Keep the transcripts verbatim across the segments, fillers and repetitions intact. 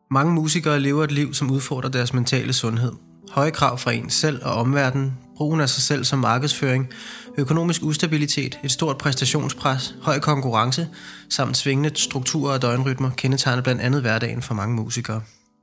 Mange musikere lever et liv, som udfordrer deres mentale sundhed. Høje krav fra en selv og omverdenen, brugen af sig selv som markedsføring, økonomisk ustabilitet, et stort præstationspres, høj konkurrence, samt svingende strukturer og døgnrytmer kendetegner blandt andet hverdagen for mange musikere.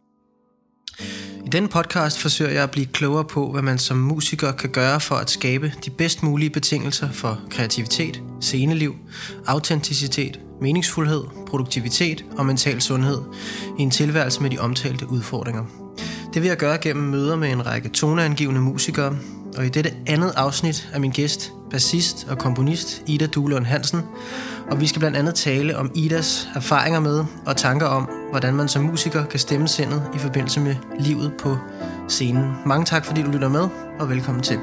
I denne podcast forsøger jeg at blive klogere på, hvad man som musiker kan gøre for at skabe de bedst mulige betingelser for kreativitet, sceneliv, autenticitet, meningsfuldhed, produktivitet og mental sundhed i en tilværelse med de omtalte udfordringer. Det vil jeg gøre gennem møder med en række toneangivende musikere, og i dette andet afsnit er min gæst, bassist og komponist Ida Duelund Hansen, og vi skal blandt andet tale om Idas erfaringer med og tanker om, hvordan man som musiker kan stemme sindet i forbindelse med livet på scenen. Mange tak, fordi du lytter med, og velkommen til.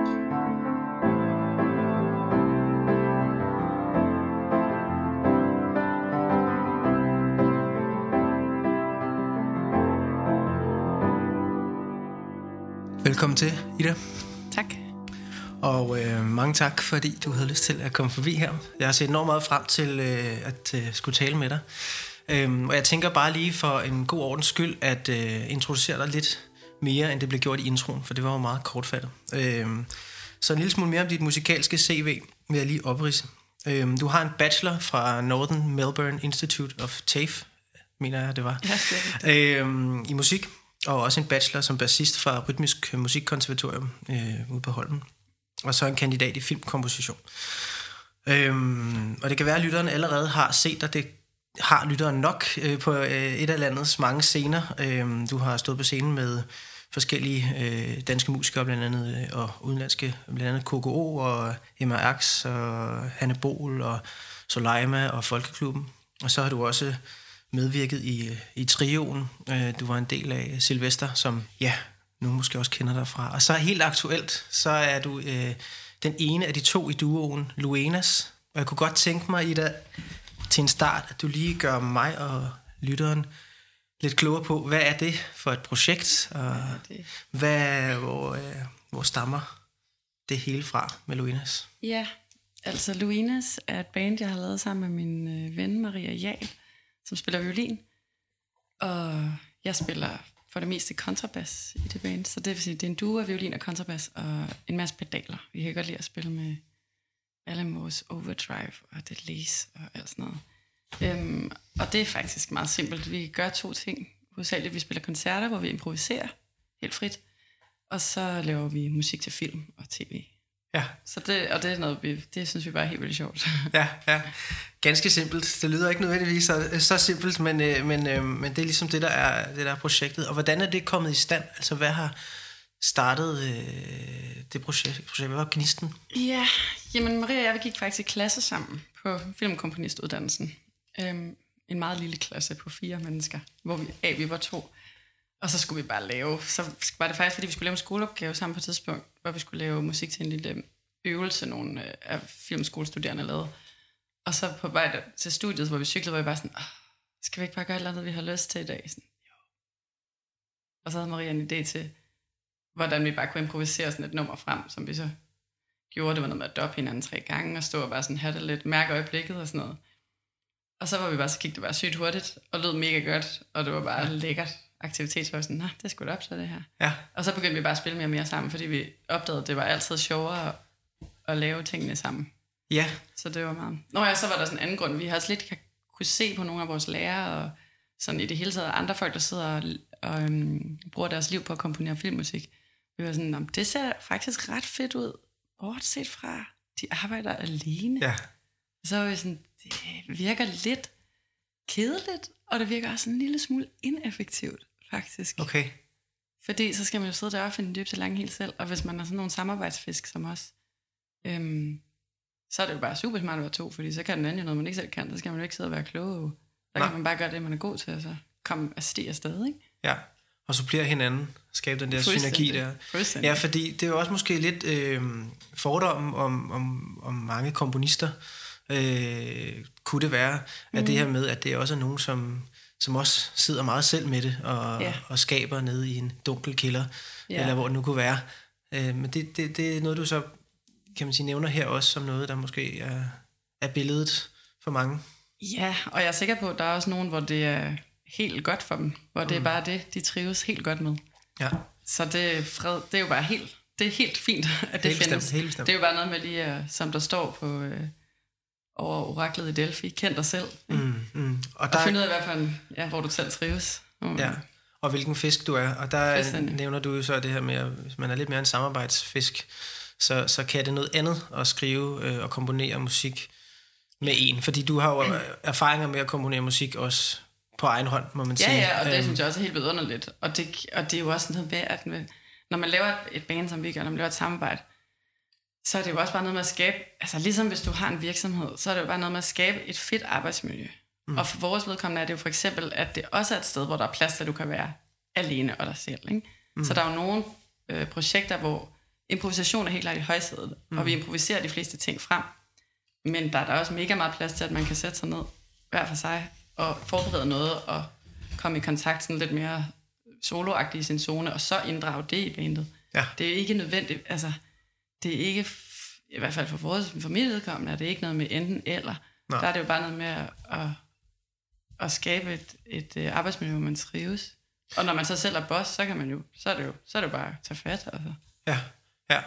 Velkommen til, Ida. Tak. Og øh, mange tak, fordi du havde lyst til at komme forbi her. Jeg har set enormt meget frem til øh, at øh, skulle tale med dig. Øhm, og jeg tænker bare lige for en god ordens skyld at øh, introducere dig lidt mere, end det blev gjort i introen, for det var jo meget kortfattet. Øhm, så en lille smule mere om dit musikalske C V vil jeg lige opridse. Øhm, du har en bachelor fra Northern Melbourne Institute of T A F E, mener jeg, det var, ja, det er øhm, i musik. Og også en bachelor som bassist fra Rytmisk Musikkonservatorium øh, ude på Holmen. Og så en kandidat i filmkomposition. Øhm, og det kan være, at lytteren allerede har set dig. Det har lytteren nok øh, på øh, et af landets mange scener. Øhm, du har stået på scenen med forskellige øh, danske musikere, blandt andet, øh, og udenlandske, blandt andet K K O og Emma Ax og Hanne Bol og Soleima og Folkeklubben. Og så har du også medvirket i, i trioen. Du var en del af Sylvester, som ja, nogen måske også kender dig fra. Og så helt aktuelt, så er du øh, den ene af de to i duoen, Luenas. Og jeg kunne godt tænke mig, Ida, til en start, at du lige gør mig og lytteren lidt klogere på, hvad er det for et projekt, og det? Hvad, hvor, øh, hvor stammer det hele fra med Luenas? Ja, altså Luenas er et band, jeg har lavet sammen med min øh, ven Maria Jahl, som spiller violin, og jeg spiller for det meste kontrabas i det band, så det vil sige, det er en duo af violin og kontrabas og en masse pedaler. Vi kan godt lide at spille med Alamos Overdrive og Delays og alt sådan noget. Øhm, og det er faktisk meget simpelt. Vi gør to ting. Hovedsageligt, vi spiller koncerter, hvor vi improviserer helt frit, og så laver vi musik til film og tv. Ja. Så det, og det er noget, vi, det synes vi bare er helt vildt sjovt. Ja, ja. Ganske simpelt. Det lyder ikke nødvendigvis så, så simpelt, men, øh, men, øh, men det er ligesom det, der er, det der er projektet. Og hvordan er det kommet i stand? Altså, hvad har startet øh, det projekt? projekt? Hvad var gnisten? Ja, jamen Maria og jeg, vi gik faktisk i klasse sammen på filmkomponistuddannelsen. Øhm, en meget lille klasse på fire mennesker, hvor vi, A, vi var to. Og så skulle vi bare lave, så var det faktisk, fordi vi skulle lave en skoleopgave sammen på et tidspunkt, hvor vi skulle lave musik til en lille øvelse, nogle af filmskolestuderende lavede. Og så på vej til studiet, hvor vi cyklede, var vi bare sådan, skal vi ikke bare gøre et eller andet, vi har lyst til i dag? Sådan, jo. Og så havde Maria en idé til, hvordan vi bare kunne improvisere sådan et nummer frem, som vi så gjorde. Det var noget med at doppe hinanden tre gange, og stå og bare sådan have det lidt, mærke øjeblikket og sådan noget. Og så var vi bare, så gik det bare sygt hurtigt, og lød mega godt, og det var bare ja. lækkert. Aktivitet, så var sådan, nej, det skulle da op så det her. Ja. Og så begyndte vi bare at spille mere og mere sammen, fordi vi opdagede, at det var altid sjovere at, at lave tingene sammen. Ja. Så det var meget. Nå ja, så var der sådan en anden grund. Vi har også lidt kunne se på nogle af vores lærere, og sådan i det hele taget andre folk, der sidder og, og øhm, bruger deres liv på at komponere filmmusik. Vi var sådan, det ser faktisk ret fedt ud, bortset fra, de arbejder alene. Ja. Så var vi sådan, det virker lidt kedeligt, og det virker også en lille smule ineffektivt, faktisk. Okay. Fordi så skal man jo sidde der og finde dybde lange helt selv, og hvis man er sådan nogle samarbejdsfisk som os, øhm, så er det jo bare super smart at være to, fordi så kan den anden jo noget, man ikke selv kan, så skal man jo ikke sidde og være klog. Så kan man bare gøre det, man er god til, og så komme afsted afsted, ikke? Ja, og supplere hinanden, skabe den der synergi der. Ja, fordi det er jo også måske lidt øh, fordommen om, om, om mange komponister, øh, kunne det være, at mm. det her med, at det også er nogen, som, som også sidder meget selv med det, og, yeah. og skaber nede i en dunkel kælder, yeah. eller hvor det nu kunne være. Øh, men det, det, det er noget, du så, kan man sige, nævner her også, som noget, der måske er, er billedet for mange. Ja, og jeg er sikker på, at der er også nogen, hvor det er helt godt for dem, hvor det mm. er bare det, de trives helt godt med. Ja. Så det, fred, det er jo bare helt, det er helt fint, at det helt findes. Bestemt, helt bestemt. Det er jo bare noget med lige, som der står på øh, over oraklet i Delphi, kend dig selv. Mm, mm. Og, der, og find ud af i hvert fald, ja, hvor du selv trives. Mm. Ja, og hvilken fisk du er. Og der Fiskende. nævner du jo så det her med, at hvis man er lidt mere en samarbejdsfisk, så, så kan det noget andet at skrive øh, og komponere musik med en. Fordi du har jo erfaringer med at komponere musik også på egen hånd, må man ja, sige. Ja, og det æm... synes jeg også er helt vidunderligt. Og det, og det er jo også noget med, at med, når man laver et band, som vi gør, når man laver et samarbejde, så er det jo også bare noget med at skabe, altså ligesom hvis du har en virksomhed, så er det jo bare noget med at skabe et fedt arbejdsmiljø. Mm. Og for vores vedkommende er det jo for eksempel, at det også er et sted, hvor der er plads til, at du kan være alene og dig selv. Ikke? Mm. Så der er jo nogle øh, projekter, hvor improvisation er helt klart i højsædet, mm. og vi improviserer de fleste ting frem. Men der er der også mega meget plads til, at man kan sætte sig ned hver for sig og forberede noget og komme i kontakt sådan lidt mere soloagtigt i sin zone, og så inddrage det i bandet. Ja. Det er ikke nødvendigt, altså det er ikke, i hvert fald for vores, for mit vedkommende, er det ikke noget med enten eller. Nej. Der er det jo bare noget med at, at, at skabe et, et arbejdsmiljø, hvor man trives. Og når man så selv er boss, så kan man jo, så er det jo, så er det jo bare at tage fat. Altså. Ja, ja.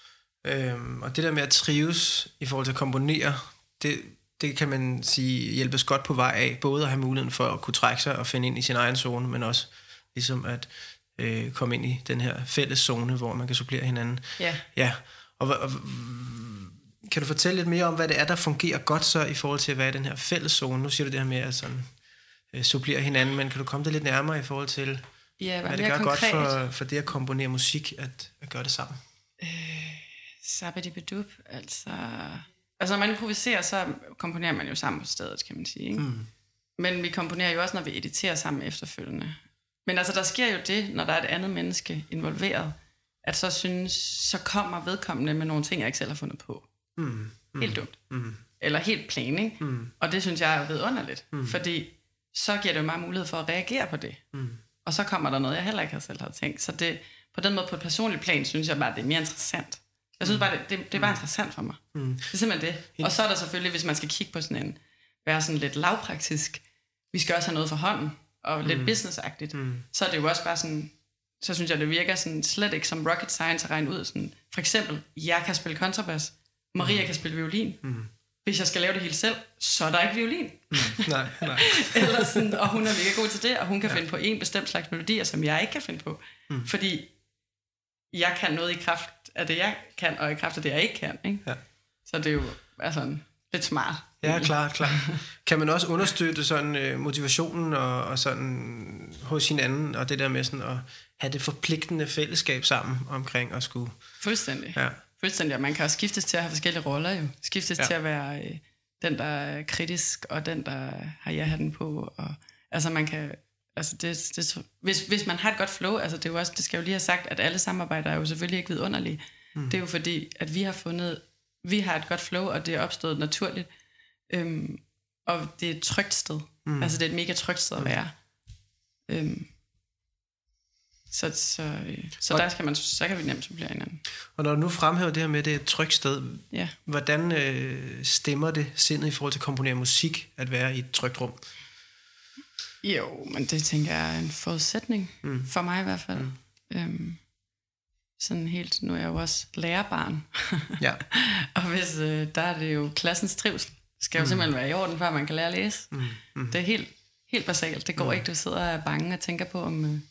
Øhm, og det der med at trives i forhold til at komponere, det, det kan man sige hjælpes godt på vej af, både at have muligheden for at kunne trække sig og finde ind i sin egen zone, men også ligesom at øh, komme ind i den her fælles zone, hvor man kan supplere hinanden. Ja. Ja. Og, og kan du fortælle lidt mere om, hvad det er, der fungerer godt så i forhold til at være i den her fælles zone? Nu siger du det her med at sådan, øh, supplere hinanden, men kan du komme det lidt nærmere i forhold til, ja, hvad det gør konkret. godt for, for det at komponere musik, at, at gøre det sammen? Øh, Sabadibidup, altså... Altså når man improviserer, så komponerer man jo sammen på stedet, kan man sige. Ikke? Mm. Men vi komponerer jo også, når vi editerer sammen efterfølgende. Men altså der sker jo det, når der er et andet menneske involveret, at så synes, så kommer vedkommende med nogle ting, jeg ikke selv har fundet på. Mm. Mm. Helt dumt. Mm. Eller helt plain, ikke? Mm. Og det synes jeg er vidunderligt, mm. fordi så giver det jo mig mulighed for at reagere på det. Mm. Og så kommer der noget, jeg heller ikke selv har tænkt. Så det, på den måde, på et personligt plan, synes jeg bare, det er mere interessant. Jeg synes bare, det, det, det er bare interessant for mig. Mm. Det er simpelthen det. Og så er der selvfølgelig, hvis man skal kigge på sådan en, være sådan lidt lavpraktisk, vi skal også have noget for hånden, og mm. lidt businessagtigt, mm. så er det jo også bare sådan, så synes jeg, det virker sådan slet ikke som rocket science at regne ud. Sådan, for eksempel, jeg kan spille kontrabas, Maria mm. kan spille violin. Mm. Hvis jeg skal lave det hele selv, så er der ikke violin. Mm. Nej, nej. Eller sådan, og hun er mega god til det, og hun kan ja. finde på en bestemt slags melodier, som jeg ikke kan finde på. Mm. Fordi jeg kan noget i kraft af det, jeg kan, og i kraft af det, jeg ikke kan. Ikke? Ja. Så det er jo altså, lidt smart. Ja, klart, klart. Kan man også understøtte sådan øh, motivationen og, og sådan hos hinanden, og det der med sådan at have det forpligtende fællesskab sammen omkring at skulle... Fuldstændig. Ja. Fuldstændig, og man kan også skiftes til at have forskellige roller jo. Skiftes ja. til at være øh, den, der er kritisk, og den, der har jeg-hatten på. Og, altså man kan... Altså det, det, hvis, hvis man har et godt flow, altså det, er jo også, det skal jo lige have sagt, at alle samarbejder er jo selvfølgelig ikke vidunderlige. Mm. Det er jo fordi, at vi har fundet, vi har et godt flow, og det er opstået naturligt. Øhm, og det er et trygt sted. Mm. Altså det er et mega trygt sted at være. Mm. Øhm, så så, så der skal man, så kan vi nemt supplere hinanden. Og når du nu fremhæver det her med, at det er et trygt sted, ja. hvordan øh, stemmer det sindet i forhold til at komponere musik, at være i et trygt rum? Jo, men det tænker jeg er en forudsætning, mm. for mig i hvert fald. Mm. Øhm, sådan helt, nu er jeg jo også lærerbarn. Ja. Og hvis, øh, der er det jo klassens trivsel. Det skal jo mm. simpelthen være i orden, før man kan lære at læse. Mm. Mm. Det er helt, helt basalt. Det går mm. ikke, du sidder og er bange og tænker på, om, øh,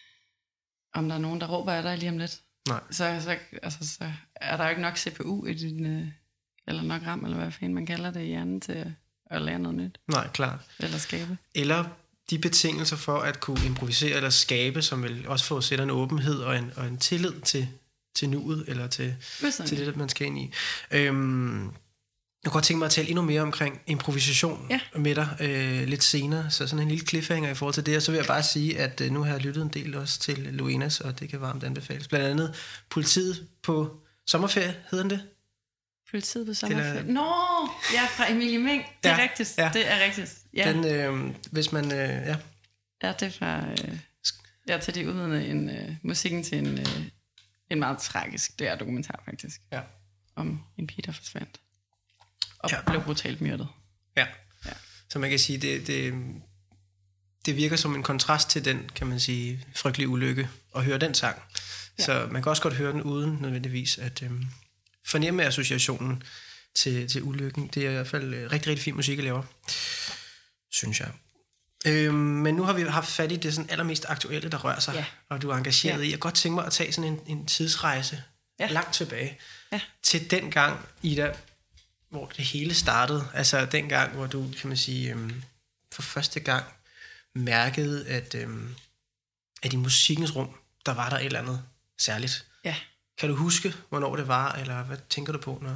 om der er nogen, der råber af dig lige om lidt. Nej. Så, så, altså, så er der jo ikke nok C P U i din, øh, eller nok RAM, eller hvad fanden man kalder det i hjernen til at, at lære noget nyt. Nej, klart. Eller skabe. Eller de betingelser for at kunne improvisere eller skabe, som vil også forudsætter en åbenhed og en, og en tillid til, til nuet, eller til, til det, man skal ind i. Øhm, jeg kunne godt tænke mig at tale endnu mere omkring improvisation ja. med dig øh, lidt senere, så sådan en lille cliffhanger i forhold til det, og så vil jeg bare sige, at øh, nu har jeg lyttet en del også til Luenas, og det kan varmt anbefales. Blandt andet Politiet på sommerferie, hedder den det? Politiet på sommerferie. Eller... Nå, ja, fra Emilie Meng. Det er ja, rigtigt. Ja. Det er rigtigt. Ja. Den, øh, hvis man, øh, ja. Ja, det er fra, øh, ja, til de udvidende en øh, musikken til en, øh, en meget tragisk, det er dokumentar faktisk. Ja. Om en pige, der forsvandt. Og ja. blev brutalt myrdet. Ja. ja. Så man kan sige, det, det, det virker som en kontrast til den, kan man sige, frygtelige ulykke, at høre den sang. Ja. Så man kan også godt høre den uden nødvendigvis at øhm, fornemme associationen til, til ulykken. Det er i hvert fald øh, rigtig, rigtig fin musik, jeg laver, synes jeg. Øhm, men nu har vi haft fat i det sådan allermest aktuelle, der rører sig, ja. Og du er engageret ja. i. Jeg kan godt tænke mig at tage sådan en, en tidsrejse ja. langt tilbage ja. til den gang, Ida, hvor det hele startede. Altså den gang, hvor du, kan man sige, øhm, for første gang mærkede, at, øhm, at i musikkens rum, der var der et eller andet særligt. Ja. Kan du huske, hvornår det var, eller hvad tænker du på, når...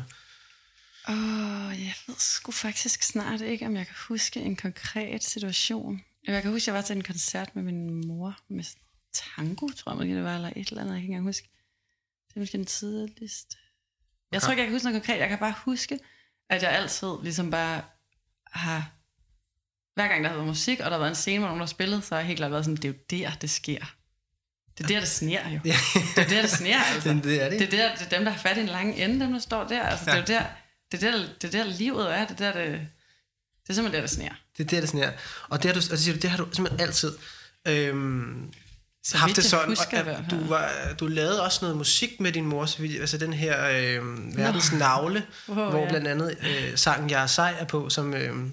Åh, oh, jeg ved sgu faktisk snart ikke, om jeg kan huske en konkret situation. Jeg kan huske, at jeg var til en koncert med min mor med tango, tror jeg, det var, eller et eller andet, jeg kan ikke engang huske. Det er måske en tidligst. Jeg tror ikke, jeg kan huske noget konkret. Jeg kan bare huske, at jeg altid ligesom bare har... Hver gang der har været musik, og der har været en scene, hvor nogen har spillet, så har jeg helt klart været sådan, det er jo der, det sker. Det er der, det sner jo. Det er der, det sner, altså. det, er det. Det, er der, det er dem, der har fat i en lang ende, dem, der står der. Altså, ja. det, er der, det, er der, det er der, livet er. Det er, der, det, det er simpelthen der, det sner. Det er der, det sner. Og det har du, altså, siger du, det har du simpelthen altid øhm, så haft det sådan. Husker, og, at du, var, du lavede også noget musik med din mor, så vi, altså den her øh, Verdens Navle, wow, hvor ja. blandt andet øh, sangen Jeg er sej er på, som... Øh,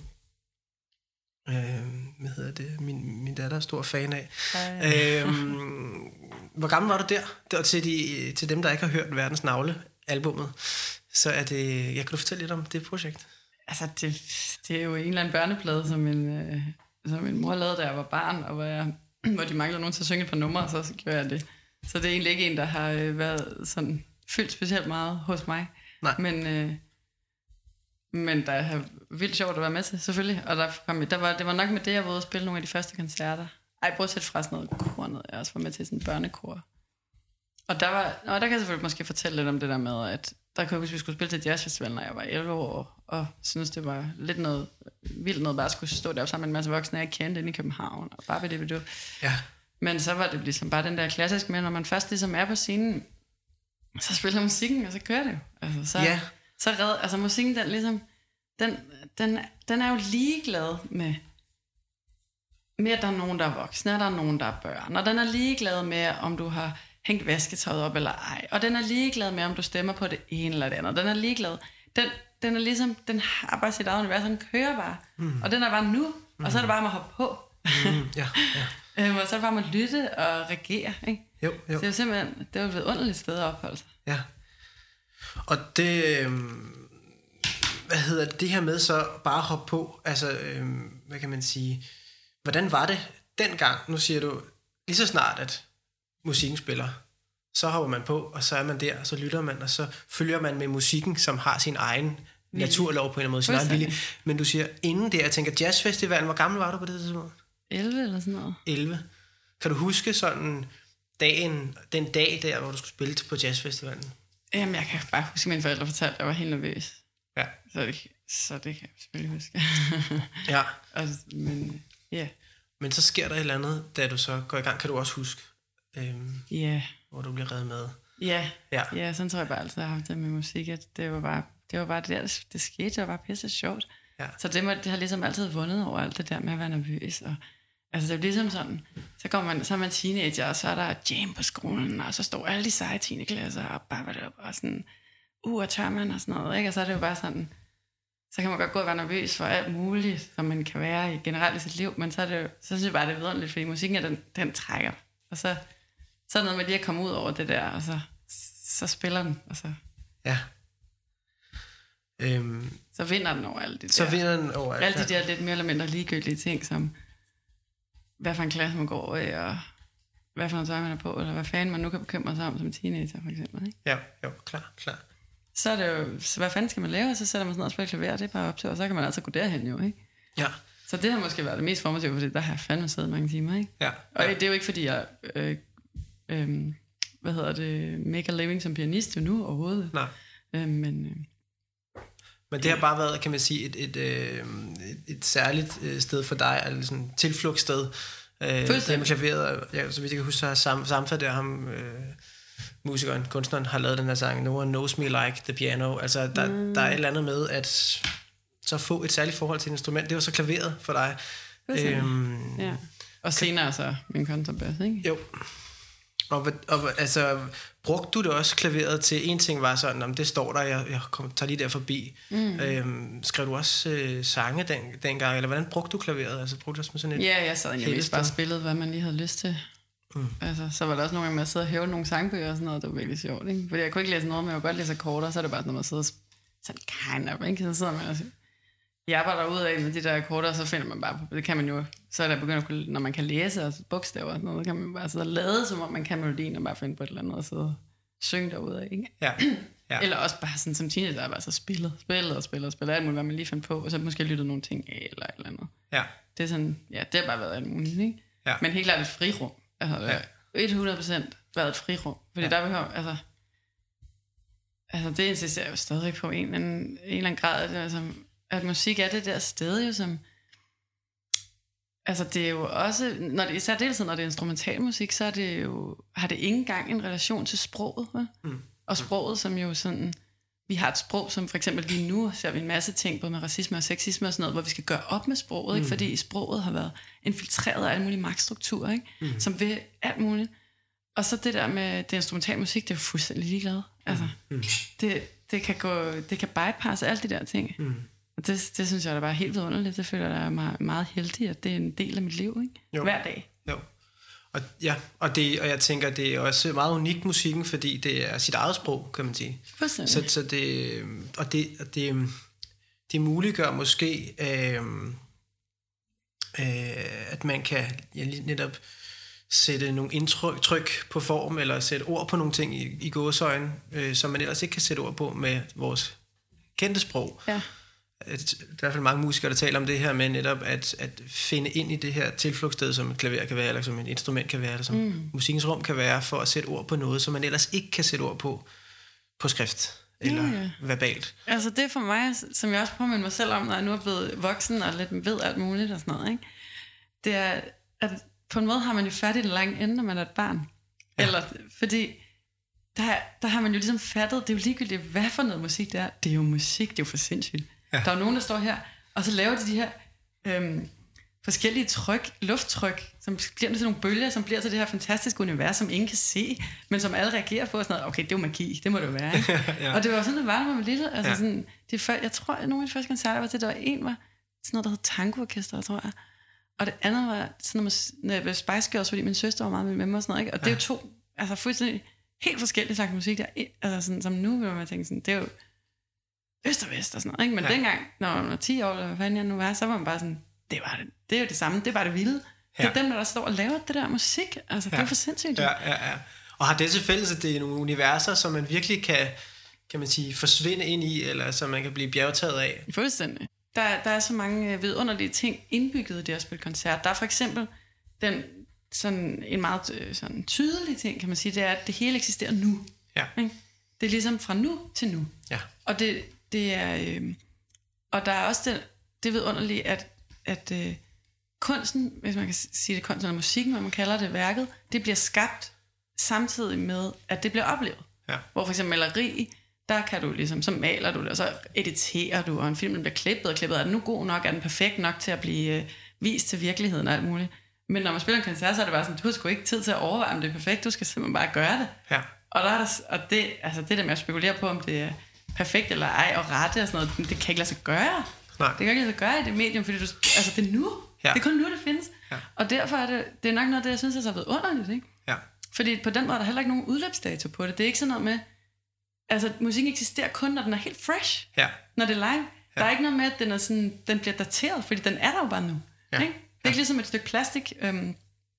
Øh, hvad hedder det? Min, min datter er stor fan af. Øh, hvor gammel var du der? Det var til, de, til dem, der ikke har hørt Verdens Navle albummet. Så er det... Jeg kan du fortælle lidt om det projekt? Altså, det, det er jo en eller anden børneplade, som min, øh, som min mor lavede, da jeg var barn, og hvor, jeg, hvor de manglede nogen til at synge et par numre, så, så gjorde jeg det. Så det er egentlig ikke en, der har øh, været sådan fyldt specielt meget hos mig. Nej. Men... Øh, Men der er vildt sjovt at være med til, selvfølgelig. Og der, der var, det var nok med det, jeg var ude at spille nogle af de første koncerter. Ej, bortset fra sådan noget kor, noget. Jeg også var med til sådan en børnekor. Og der var, og der kan jeg selvfølgelig måske fortælle lidt om det der med, at der kunne jeg huske, at vi skulle spille til jazzfestivalen, når jeg var elleve år, og synes det var lidt noget vildt noget, bare at skulle stå der sammen med en masse voksne, jeg kendte inde i København, og bare ved det, ved det. Ja. Men så var det ligesom bare den der klassiske med, når man først ligesom er på scenen, så spiller musikken, og så kører det jo. Altså, så, ja. Så red, altså musikken, den ligesom, den, den, den er jo ligeglad med, med, at der er nogen, der er voksne, og der er nogen, der er børn, og den er ligeglad med, om du har hængt vasketøjet op eller ej, og den er ligeglad med, om du stemmer på det ene eller det andet, den er ligeglad, den, den er ligesom, den har bare sit eget univers, den kører bare, mm. og den er bare nu, mm. og så er det bare med at hoppe på, mm. ja, ja. øhm, og så er det bare med at lytte og reagere, ikke? Jo, jo. Så det er jo simpelthen, det er jo et underligt sted at opholde sig. Ja. Og det, øh, hvad hedder det, det her med så bare at hoppe på, altså, øh, hvad kan man sige, hvordan var det dengang? Nu siger du, lige så snart, at musikken spiller, så hopper man på, og så er man der, og så lytter man, og så følger man med musikken, som har sin egen vilje. Naturlov på en eller anden måde, sin egen vilje. Men du siger, inden det, jeg tænker, jazzfestivalen, hvor gammel var du på det tidspunkt? elleve eller sådan noget. elleve. Kan du huske sådan dagen, den dag der, hvor du skulle spille på jazzfestivalen? Jamen, jeg kan bare huske, at mine forældre fortalte, at jeg var helt nervøs. Ja. Så det, så det kan jeg selvfølgelig huske. Ja. Og, men, ja. Men så sker der et eller andet, da du så går i gang. Kan du også huske, øhm, yeah. hvor du bliver reddet med? Ja. Ja. Ja, sådan tror jeg bare altid, jeg har haft det med musik, at det var bare det, var bare det der, det, det skete, det var bare pisse sjovt. Ja. Så det, må, det har ligesom altid vundet over alt det der med at være nervøs. Og, altså det er ligesom sådan, så kommer man, så er man teenager, og så er der jam på skolen, og så står alle de seje tiende klasser og bare var det op, og sådan, uh, og tør man og sådan noget, ikke? Og så er det jo bare sådan, så kan man godt gå og være nervøs for alt muligt, som man kan være i generelt i sit liv, men så er det jo, så synes jeg bare, det er vidunderligt, fordi musikken, den, den trækker. Og så, så er det noget med lige at komme ud over det der, og så, så spiller den, og så... Ja. Øhm, så vinder den over alt det så der. Så vinder den over alt. Alle de der lidt mere eller mindre ligegyldige ting, som hvad for en klasse man går i, og hvad for noget tøj man er på, eller hvad fanden man nu kan bekymre sig om som teenager, for eksempel. Ikke? Ja, jo, klar, klar. Så er det jo, så hvad fanden skal man lave, og så sætter man sådan noget og spiller klaver, det er bare op til, og så kan man altså gå derhen jo, ikke? Ja. Så det har måske været det mest formative, fordi der har jeg fandme siddet mange timer, ikke? Ja. Og det er jo ikke, fordi jeg, øh, øh, hvad hedder det, make a living som pianist jo nu overhovedet. Nej. Øh, men... Øh, Men det har bare været, kan man sige, et, et, et, et særligt sted for dig, altså sådan et tilflugtssted. Det med klaveret, ja, så vidt jeg kan huske, så har Sam, Samfa der, ham, øh, musikeren, kunstneren, har lavet den her sang, No One Knows Me Like the Piano. Altså, der, mm. der er et eller andet med, at så få et særligt forhold til et instrument. Det var så klaveret for dig. Øhm, ja. Og senere så min kontrabas, ikke? Jo. Og, og altså, brugte du det også klaveret til, en ting var sådan, om det står der, jeg, jeg kom, tager lige der forbi. Mm. Øhm, skrev du også øh, sange den, dengang, eller hvordan brugte du klaveret? Altså, brugte du også med sådan et ja, jeg sad egentlig mest bare spillet, hvad man lige havde lyst til. Mm. Altså, så var der også nogle gange med at sidde og hæve nogle sangbøger og sådan noget, det var virkelig sjovt, ikke? Fordi jeg kunne ikke læse noget, men jeg kunne godt læse akkorder, så er det bare sådan noget, man sidder sådan kind of, ikke? Så sidder man og jeg arbejder ud af med de der akkorder, og så finder man bare på, det kan man jo, så er der begyndt at kunne, når man kan læse og bogstaver og sådan noget, kan man bare sidde og lade, som om man kan melodien, og bare finde på et eller andet, og sidde og synge derudad, ikke? Ja. Ja. Eller også bare sådan som teenager, der bare så spillet, spillet og spillet og spillet, alt muligt, hvad man lige fandt på, og så måske lyttet nogle ting af, eller et eller andet. Ja. Det er sådan, ja, det har bare været alt muligt, ikke? Ja. Men helt klart et frirum, altså det har hundrede procent været et frirum, fordi ja. Der behøver, altså, altså det insisterer jeg jo stadig på en eller anden, en eller anden grad, det, altså, at musik er det der sted jo, som, altså det er jo også, når det, i særdeleshed når det er instrumental musik, så er det jo, har det ikke engang en relation til sproget, mm. og sproget som jo sådan, vi har et sprog, som for eksempel lige nu ser vi en masse ting, både med racisme og sexisme og sådan noget, hvor vi skal gøre op med sproget, ikke? Mm. Fordi sproget har været infiltreret af alle mulige magtstrukturer, ikke? Mm. Som vil alt muligt. Og så det der med det instrumental musik, det er jo fuldstændig ligeglad. Altså, mm. det, det, kan gå, det kan bypasse alle de der ting. Mm. Og det, det synes jeg, der bare er helt vidunderligt. Det føler jeg er meget, meget heldig, at det er en del af mit liv, ikke? Jo. Hver dag. Jo. Og, ja, og, det, og jeg tænker, det er også meget unikt musikken, fordi det er sit eget sprog, kan man sige. Så, så det, og det, og det, det muliggør måske, øh, øh, at man kan ja, netop sætte nogle indtryk på form, eller sætte ord på nogle ting i, i gåseøjne, øh, som man ellers ikke kan sætte ord på med vores kendte sprog. Ja. Der er i hvert fald mange musikere, der taler om det her med netop at, at finde ind i det her tilflugtssted, som et klaver kan være, eller som et instrument kan være, eller som mm. musikkens rum kan være, for at sætte ord på noget, som man ellers ikke kan sætte ord på på skrift eller ja, ja. verbalt. Altså det for mig, som jeg også påminder mig selv om, når jeg nu er blevet voksen og lidt ved alt muligt og sådan noget, ikke? Det er, at på en måde har man jo fattet en lang ende, når man er et barn. Ja. Eller, fordi der, der har man jo ligesom fattet, det er jo ligegyldigt, hvad for noget musik det er. Det er jo musik, det er jo for sindssygt. Ja. Der er jo nogen, der står her, og så laver de de her øhm, forskellige tryk, lufttryk, som bliver til nogle bølger, som bliver til det her fantastiske univers, som ingen kan se, men som alle reagerer på, og sådan noget, okay, det er jo magi, det må det jo være, ikke? Ja. Og det var sådan, det var, når man var lille, altså ja. Sådan, det før, jeg tror, at nogle af de første koncerter var til, der var en, var sådan noget, der hed tangoorkester, tror jeg, og det andet var sådan noget med Spice Girls, fordi min søster var meget med mig og sådan noget, ikke? Og det er jo to, altså fuldstændig helt forskellige slags musik, der, altså sådan, som nu vil man tænke sådan, det er jo øst og vest og sådan noget, ikke? Men ja. Dengang, når man var ti år, eller hvad fanden jeg nu var, så var man bare sådan, det, var det, det er jo det samme, det er bare det vilde. Ja. Det er dem, der står og laver det der musik, altså ja. Det er for sindssygt. Ja, ja, ja. Og har det til fælles, at det er nogle universer, som man virkelig kan, kan man sige, forsvinde ind i, eller som man kan blive bjergtaget af? Fuldstændig. Der, der er så mange vidunderlige ting indbygget i det at spille koncert. Der er for eksempel den, sådan en meget sådan tydelig ting, kan man sige, det er, at det hele eksisterer nu. Ja. Ikke? Det er ligesom fra nu til nu. Ja. Og det, det er, øh, og der er også det, det vidunderlige, at, at øh, kunsten, hvis man kan sige det, kunsten eller musikken, hvad man kalder det, værket, det bliver skabt samtidig med, at det bliver oplevet. Ja. Hvor for eksempel maleri, der kan du ligesom, så maler du det, og så editerer du, og en film bliver klippet og klippet. Er den nu god nok? Er den perfekt nok til at blive øh, vist til virkeligheden og alt muligt? Men når man spiller en koncert, så er det bare sådan, du har sgu ikke tid til at overveje, om det er perfekt. Du skal simpelthen bare gøre det. Ja. Og, der er der, og det, altså det der med at spekulere på, om det er perfekt eller ej, og rette og sådan noget, det kan ikke lade sig gøre. Nej. Det kan ikke lade sig gøre i det medium, fordi du, altså det er nu. Ja. Det er kun nu, det findes. Ja. Og derfor er det, det er nok noget af det, jeg synes, er så ved underligt, ikke? Ja. Fordi på den måde er der heller ikke nogen udløbsdato på det. Det er ikke sådan noget med, altså musikken eksisterer kun, når den er helt fresh. Ja. Når det er live. Ja. Der er ikke noget med, at den, er sådan, den bliver dateret, fordi den er der jo bare nu. Ja. Ikke? Det er ikke ligesom et stykke plastik, øhm,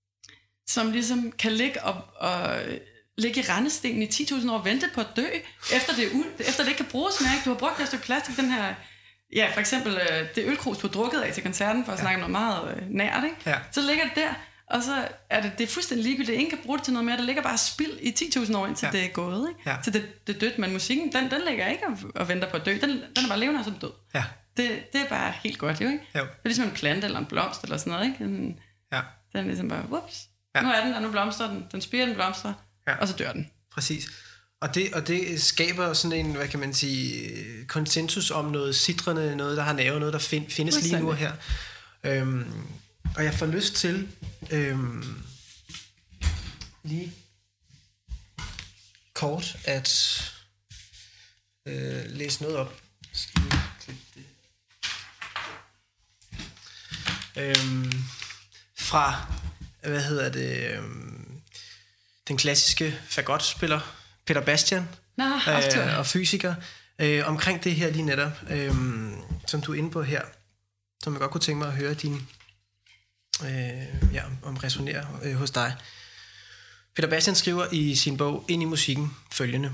som ligesom kan ligge og, og ligge i rendestenen i ti tusind år og vente på at dø, efter det, u- efter det ikke kan bruges mere. Ikke? Du har brugt et stykke plastik, den her, ja, for eksempel øh, det ølkrus, du har drukket af til koncerten, for at ja. snakke noget meget øh, nært, ikke? Ja. Så ligger det der, og så er det, det er fuldstændig ligegyldigt. Ingen kan bruge det til noget mere. Der ligger bare spild i ti tusind år, indtil ja. det er gået. Ikke? Ja. Så det, det er dødt, men musikken, den, den ligger ikke og, og venter på at dø. Den, den er bare levende og så død. Ja. Det, det er bare helt godt, jo, ikke? Jo. Det er ligesom en plante eller en blomst eller sådan noget, ikke? Den, ja. den er ligesom bare, whoops, ja. nu er den der, nu blomstrer den. Den spirer, den blomstrer, ja. og så dør den. Præcis. Og det, og det skaber sådan en, hvad kan man sige, konsensus om noget sitrende, noget, der har nerve, noget, der find, findes lige nu og her. Øhm, Og jeg får lyst til øhm, lige kort at øh, læse noget op. Skal vi klippe det? Øhm, fra, hvad hedder det, øhm, den klassiske fagotspiller Peter Bastian, Nå, øh, og fysiker, øh, omkring det her lige netop, øh, som du er inde på her, som jeg godt kunne tænke mig at høre din, øh, ja, om resonerer øh, hos dig. Peter Bastian skriver i sin bog Ind i musikken følgende: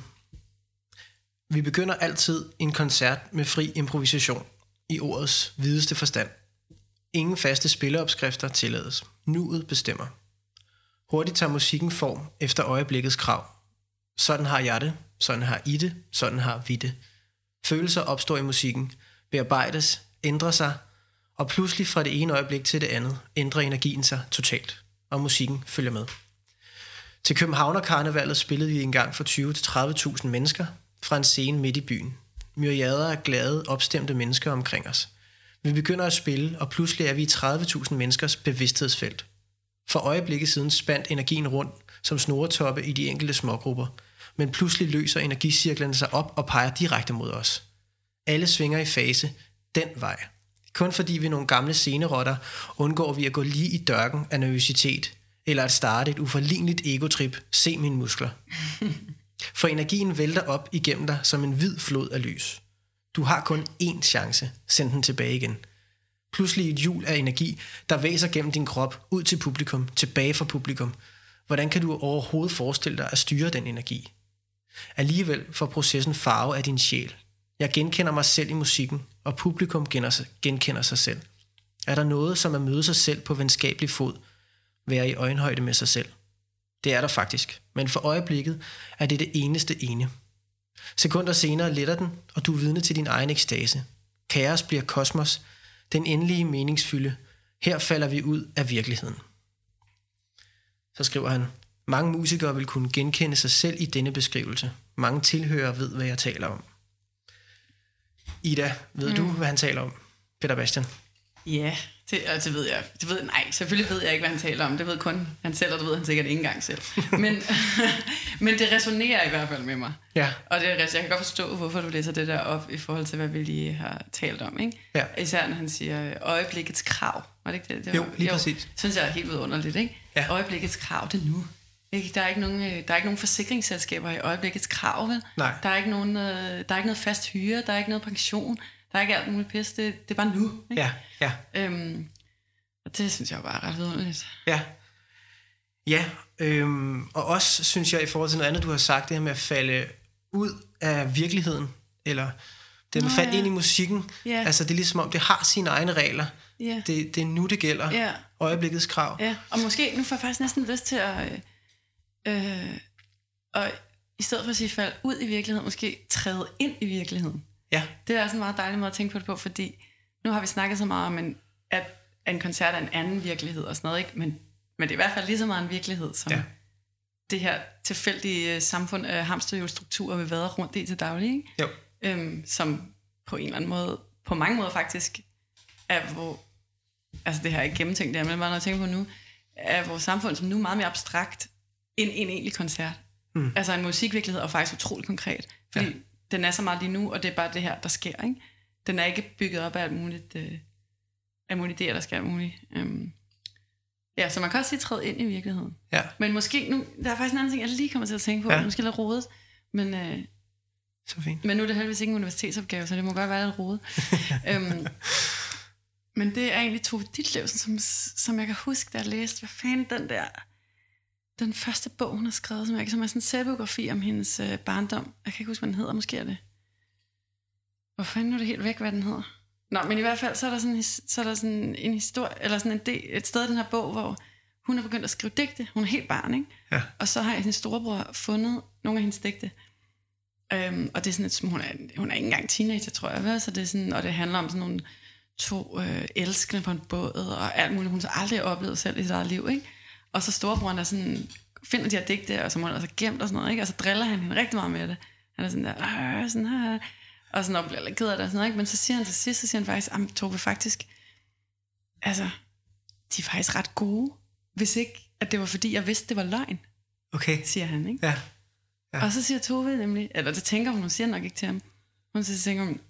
Vi begynder altid en koncert med fri improvisation, i ordets videste forstand. Ingen faste spilleopskrifter tillades. Nuet bestemmer. Hurtigt tager musikken form efter øjeblikkets krav. Sådan har jeg det, sådan har I det, sådan har vi det. Følelser opstår i musikken, bearbejdes, ændrer sig, og pludselig fra det ene øjeblik til det andet ændrer energien sig totalt, og musikken følger med. Til Københavnerkarnevalet spillede vi engang for tyve til tredive tusind mennesker fra en scene midt i byen. Myriader af glade, opstemte mennesker omkring os. Vi begynder at spille, og pludselig er vi i tredive tusind menneskers bevidsthedsfelt. For øjeblikket siden spandt energien rundt som snoretoppe i de enkelte smågrupper, men pludselig løser energicirklerne sig op og peger direkte mod os. Alle svinger i fase den vej. Kun fordi vi er nogle gamle scenerotter, undgår vi at gå lige i dørken af nervøsitet, eller at starte et uforligneligt egotrip, se mine muskler. For energien vælter op igennem dig som en hvid flod af lys. Du har kun én chance, send den tilbage igen. Pludselig et hjul af energi, der væser gennem din krop, ud til publikum, tilbage fra publikum. Hvordan kan du overhovedet forestille dig at styre den energi? Alligevel får processen farve af din sjæl. Jeg genkender mig selv i musikken, og publikum genkender sig selv. Er der noget, som at møde sig selv på venskabelig fod, være i øjenhøjde med sig selv? Det er der faktisk, men for øjeblikket er det det eneste ene. Sekunder senere letter den, og du er vidne til din egen ekstase. Kaos bliver kosmos, den endelige meningsfylde. Her falder vi ud af virkeligheden. Så skriver han: Mange musikere vil kunne genkende sig selv i denne beskrivelse. Mange tilhørere ved, hvad jeg taler om. Ida, ved mm. du, hvad han taler om? Peter Bastian? Ja, det, altså, det ved jeg. Det ved, nej, selvfølgelig ved jeg ikke, hvad han taler om. Det ved kun han selv, og det ved han sikkert ikke engang selv. Men, men det resonerer i hvert fald med mig. Ja. Og det, jeg kan godt forstå, hvorfor du læser det der op i forhold til, hvad vi lige har talt om. Ikke? Ja. Især når han siger øjeblikkets krav. Var det ikke det? det var, jo, lige præcis. Jo, synes jeg er helt vidunderligt. Ikke? Ja. Øjeblikkets krav, det er nu. Ikke? Der er ikke nogen, der er ikke nogen forsikringsselskaber i øjeblikkets krav, vel? Nej. Der er ikke nogen, der er ikke noget fast hyre, der er ikke noget pension. Der er ikke alt muligt pis, det, det er bare nu. Ikke? Ja, ja. Øhm, og det synes jeg jo bare er ret vidunderligt. Ja, ja øhm, og også synes jeg i forhold til noget andet, du har sagt, det her med at falde ud af virkeligheden, eller det med at falde ja. ind i musikken, ja. altså det er ligesom om, det har sine egne regler. Ja. Det, det er nu, det gælder. Ja. Øjeblikkets krav. Ja, og måske, nu får jeg faktisk næsten lyst til at, øh, og i stedet for at sige fald ud i virkeligheden, måske træde ind i virkeligheden. Ja. Det er også en meget dejlig måde at tænke på det på, fordi nu har vi snakket så meget om, en, at en koncert er en anden virkelighed og sådan noget, ikke? Men, men det er i hvert fald lige så meget en virkelighed, som ja. det her tilfældige samfund af hamsterhjulstrukturer, vi vader rundt i til daglig, ikke? Jo. Øhm, som på en eller anden måde, på mange måder faktisk, er hvor, altså det her er ikke gennemtænkt, det er, men bare noget at tænke på nu, er vores samfund som nu meget mere abstrakt end en egentlig koncert. Mm. Altså en musikvirkelighed er faktisk utrolig konkret, fordi ja. den er så meget lige nu, og det er bare det her, der sker, ikke? Den er ikke bygget op af alt muligt, øh, af mulige idéer, der skal alt muligt. Øhm. Ja, så man kan også sige træde ind i virkeligheden. Ja. Men måske, nu, der er faktisk en anden ting, jeg lige kommer til at tænke på, ja. måske lidt rodet, men, øh, så fint. Men nu er det heldigvis ikke en universitetsopgave, så det må godt være lidt rodet. øhm, men det er egentlig Tove Ditlevsen, som, som jeg kan huske, da jeg læste, hvad fanden den der, den første bog, hun har skrevet, som, jeg, som er sådan en selvbiografi om hendes øh, barndom. Jeg kan ikke huske, hvad den hedder, måske er det. Hvor fanden nu er det helt væk, hvad den hedder? Nå, men i hvert fald, så er der sådan, så er der sådan en historie, eller sådan en del, et sted i den her bog, hvor hun er begyndt at skrive digte. Hun er helt barn, ikke? Ja. Og så har hendes storebror fundet nogle af hendes digte. Øhm, og det er sådan et, hun er, hun er ikke engang teenager, tror jeg, vel? Så det er sådan, og det handler om sådan nogle to øh, elskende på en båd, og alt muligt, hun har aldrig oplevet selv i sit eget liv, ikke? Og så storebroren er sådan, finder de her digte, og så må hun altså gemt og sådan noget, ikke? Og så driller han hende rigtig meget med det. Han er sådan der, sådan her, og sådan, og bliver lidt ked af det og sådan noget, ikke? Men så siger han til sidst, så siger han faktisk, at Tove faktisk, altså, de er faktisk ret gode, hvis ikke, at det var fordi, jeg vidste, det var løgn, Okay. siger han, ikke? Ja. Ja. Og så siger Tove nemlig, eller det tænker hun, hun siger nok ikke til ham, hun så tænker hun,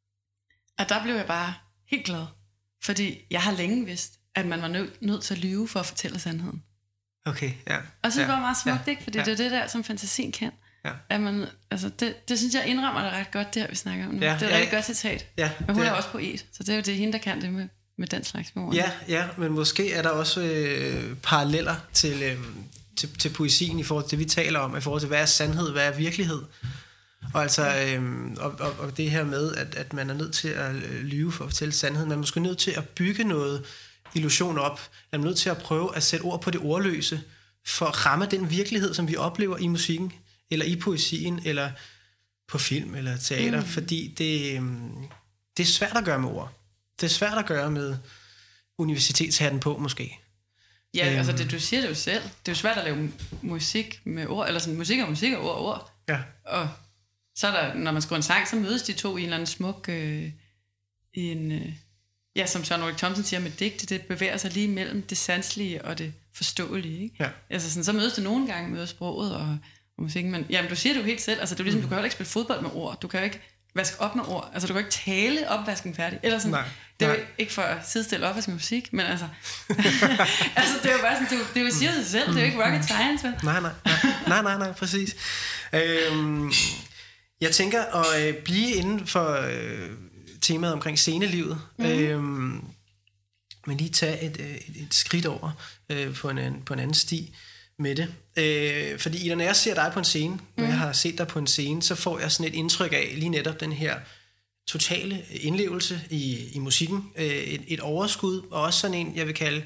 at der blev jeg bare helt glad, fordi jeg har længe vidst, at man var nødt nødt til at lyve for at fortælle sandheden. Okay, ja. Og så ja. det var meget smukt, ja. ikke? Fordi ja. det er det der, som fantasien kan. Ja. At man, altså det, det synes jeg indrammer det ret godt, det her vi snakker om nu. Ja, det er et ja, rigtig ja. godt citat. Ja, Men hun det... er også poet, så det er jo det hende, der kan det med, med den slags ord. Ja, ja, men måske er der også øh, paralleller til, øh, til, til poesien i forhold til det, vi taler om, i forhold til, hvad er sandhed, hvad er virkelighed. Og altså, øh, og, og, og det her med, at, at man er nødt til at lyve for at fortælle sandheden. Man er måske nødt til at bygge noget illusion op. Man er nødt til at prøve at sætte ord på det ordløse, for at ramme den virkelighed, som vi oplever i musikken, eller i poesien, eller på film, eller teater. Mm. Fordi det, øh, det er svært at gøre med ord. Det er svært at gøre med universitetshatten på, måske. Ja, øhm. altså det, du siger det jo selv. Det er jo svært at lave musik med ord, eller sådan musik og musik og ord og ord. Ja. Og så er der, når man skriver en sang, så mødes de to i en eller anden smuk, øh, i en, øh, ja, som Søren Ulrik Thomsen siger med digte, det bevæger sig lige mellem det sanselige og det forståelige, ikke? Ja. Altså sådan, så mødes det nogle gange med sproget og, og musikken, men jamen, du siger det jo helt selv, altså det er ligesom, mm. du kan jo ikke spille fodbold med ord, du kan jo ikke vaske op med ord, altså du kan jo ikke tale opvasken færdig, eller sådan, nej, det er jo nej. ikke for at sidestille opvask med musik, men altså, altså det er jo bare sådan, det, er jo, det er jo siger sig selv, det er jo ikke rocket science, vel? Nej, nej, nej, nej, nej, nej, præcis. Øhm, jeg tænker at øh, blive inden for øh, temaet omkring scenelivet, mm. øhm, men lige tage et, et, et skridt over øh, på, en, på en anden sti med det. Øh, fordi Ida, når jeg ser dig på en scene, når mm. jeg har set dig på en scene, så får jeg sådan et indtryk af lige netop den her totale indlevelse i, i musikken, øh, et, et overskud, og også sådan en, jeg vil kalde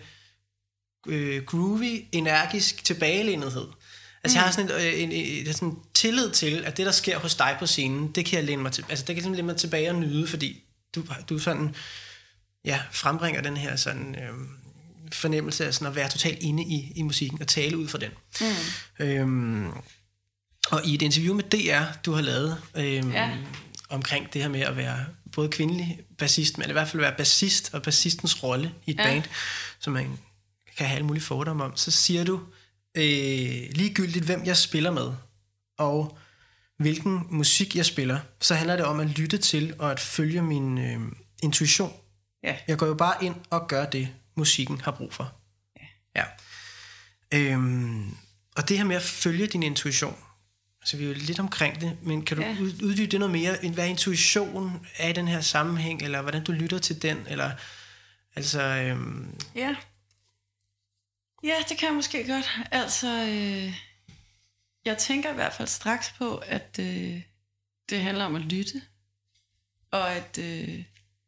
øh, groovy, energisk tilbagelænethed. Altså mm. jeg har sådan en, en, en, en sådan tillid til, at det, der sker hos dig på scenen, det kan jeg læne mig til, altså det kan jeg læne mig tilbage og nyde, fordi du, du sådan, ja, frembringer den her sådan øh, fornemmelse af sådan at være totalt inde i, i musikken og tale ud fra den. Mm. Øhm, og i et interview med D R, du har lavet øhm, ja. omkring det her med at være både kvindelig bassist, men i hvert fald være bassist og bassistens rolle i et ja. band, som man kan have alle mulige fordomme om, så siger du, øh, ligegyldigt hvem jeg spiller med, og hvilken musik jeg spiller, så handler det om at lytte til og at følge min øh, intuition. Ja. Jeg går jo bare ind og gør det, musikken har brug for. Ja. ja. Øhm, og det her med at følge din intuition, altså vi er jo lidt omkring det, men kan du ja. uddybe det noget mere, hvad intuition er i den her sammenhæng, eller hvordan du lytter til den, eller altså... Øhm... Ja. Ja, det kan jeg måske godt. Altså, øh, jeg tænker i hvert fald straks på, at øh, det handler om at lytte, og at øh,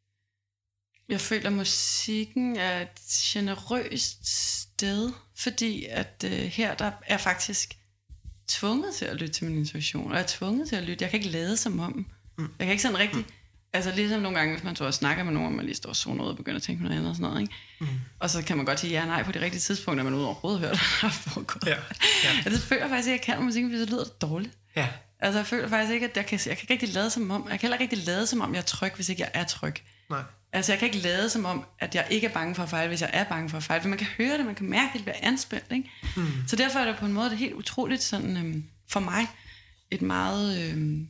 jeg føler, at musikken er et generøst sted, fordi at øh, her der er faktisk tvunget til at lytte til min intuition, og jeg er tvunget til at lytte. Jeg kan ikke lade som om. Mm. Jeg kan ikke sådan rigtig... Mm. Altså ligesom nogle gange, hvis man står og snakker med nogen, og man lige står og zoner ud og begynder at tænke på noget andet og sådan noget, ikke? Mm. Og så kan man godt sige ja og nej på det rigtige tidspunkt, når man overhovedet hører det, der foregår. Ja. Ja. Altså, jeg føler faktisk ikke, at jeg kan musikken, fordi så lyder det dårligt. Ja. Altså jeg føler faktisk ikke, at jeg kan, jeg kan ikke rigtig lade som om, jeg kan heller ikke rigtig lade som om, jeg er tryg, hvis ikke jeg er tryg. Nej. Altså jeg kan ikke lade som om, at jeg ikke er bange for at fejle, hvis jeg er bange for at fejle, for man kan høre det, man kan mærke, at det bliver anspændt, ikke? Mm. Så derfor er det på en måde det helt utroligt sådan, øhm, for mig, et meget... Øhm,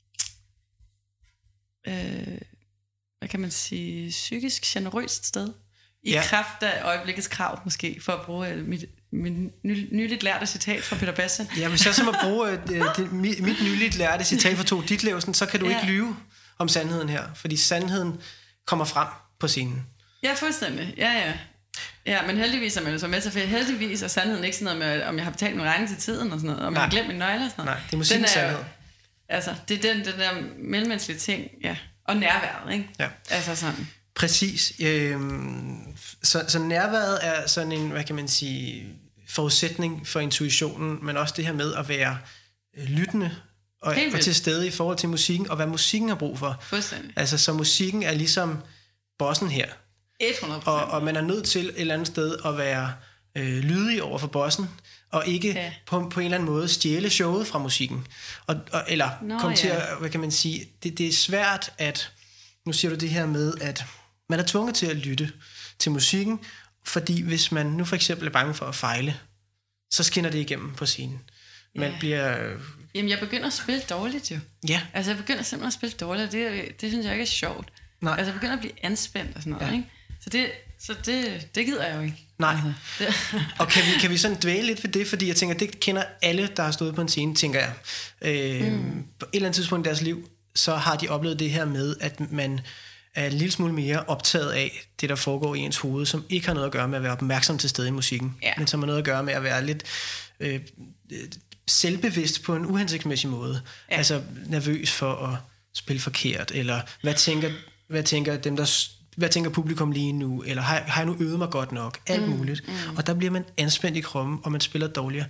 Øh, hvad kan man sige, psykisk generøst sted i ja. kraft af øjeblikkets krav måske, for at bruge mit, mit ny, nyligt lærte citat fra Peter Bastian. Ja, hvis jeg så må bruge øh, det, mit, mit nyligt lærte citat fra Tove Ditlevsen, så kan du ja. ikke lyve om sandheden her, fordi sandheden kommer frem på scenen. Ja, fuldstændig. Ja, ja. Ja, men heldigvis er man jo så med sig, for heldigvis er sandheden ikke sådan noget med, om jeg har betalt min regning til tiden og sådan noget, om Nej. jeg har glemt mine nøgler og sådan noget. Nej, det er musikkens sandhed. Altså, det er den, den der mellemmenneskelige ting, ja, og nærværet, ikke? Ja. Altså sådan. Præcis. Øhm, så, så nærværet er sådan en, hvad kan man sige, forudsætning for intuitionen, men også det her med at være lyttende og, og til stede i forhold til musikken, og hvad musikken har brug for. Fuldstændig. Altså, så musikken er ligesom bossen her. hundrede procent. Og, og man er nødt til et eller andet sted at være øh, lydig over for bossen, og ikke ja. på, på en eller anden måde stjæle showet fra musikken. Og, og, eller Nå, komme ja. til at, hvad kan man sige, det, det er svært at, nu siger du det her med, at man er tvunget til at lytte til musikken, Fordi hvis man nu for eksempel er bange for at fejle, så skinner det igennem på scenen. Man Ja. bliver... Jamen, jeg begynder at spille dårligt jo. Ja, Altså, jeg begynder simpelthen at spille dårligt, og det, det synes jeg ikke er sjovt. nej, Altså, jeg begynder at blive anspændt og sådan noget, Ja. ikke? Så, det, så det, det gider jeg jo ikke. nej. Altså, det, Og kan vi, kan vi sådan dvæle lidt ved det, fordi jeg tænker, det kender alle, der har stået på en scene, tænker jeg. Øh, mm. På et eller andet tidspunkt i deres liv, så har de oplevet det her med, at man er en lille smule mere optaget af det, der foregår i ens hoved, som ikke har noget at gøre med at være opmærksom til stede i musikken, Ja. men som har noget at gøre med at være lidt øh, selvbevidst på en uhensigtsmæssig måde. Ja. Altså nervøs for at spille forkert, eller hvad tænker, hvad tænker dem, der... Hvad tænker publikum lige nu? Eller har, har jeg nu øvet mig godt nok? Alt mm, muligt. Mm. Og der bliver man anspændt i kroppen, og man spiller dårligere.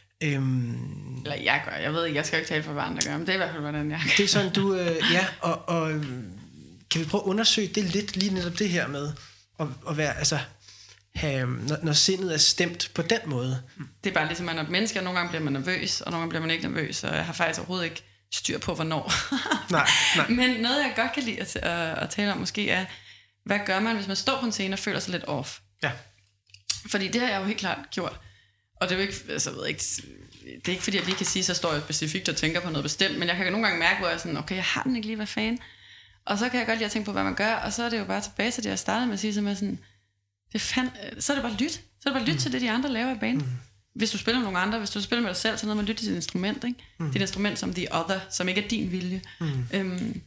Øhm, eller jeg gør, jeg ved ikke, jeg skal ikke tale for, hvad andre gør, men det er i hvert fald, hvordan jeg gør. det er sådan, du... Øh, ja, og, og øh, kan vi prøve at undersøge det lidt, lige netop det her med at, at være, altså, have, når, når sindet er stemt på den måde. Det er bare ligesom, at når mennesker, nogle gange bliver man nervøs, og nogle gange bliver man ikke nervøs, og jeg har faktisk overhovedet ikke styr på, hvornår. Nej, nej. Men noget, jeg godt kan lide at, at, at tale om måske er, hvad gør man, hvis man står på en scene og føler sig lidt off? Ja. Fordi det har jeg jo helt klart gjort. Og det er jo ikke, altså, jeg ved ikke, det er ikke fordi, jeg lige kan sige, så står jeg specifikt og tænker på noget bestemt, men jeg kan nogle gange mærke, hvor jeg er sådan, okay, jeg har den ikke lige, hvad fanden? Og så kan jeg godt lide at tænke på, hvad man gør, og så er det jo bare tilbage til det, jeg startede med at sige, som er sådan, det fand, så er det bare lyt. Så er det bare lyt mm. til det, de andre laver i banen. Mm. Hvis du spiller med nogle andre, hvis du spiller med dig selv, så er noget med at lytte til dit instrument, ikke? Mm. Dit instrument som the other, som ikke er din vilje. Mm. Øhm,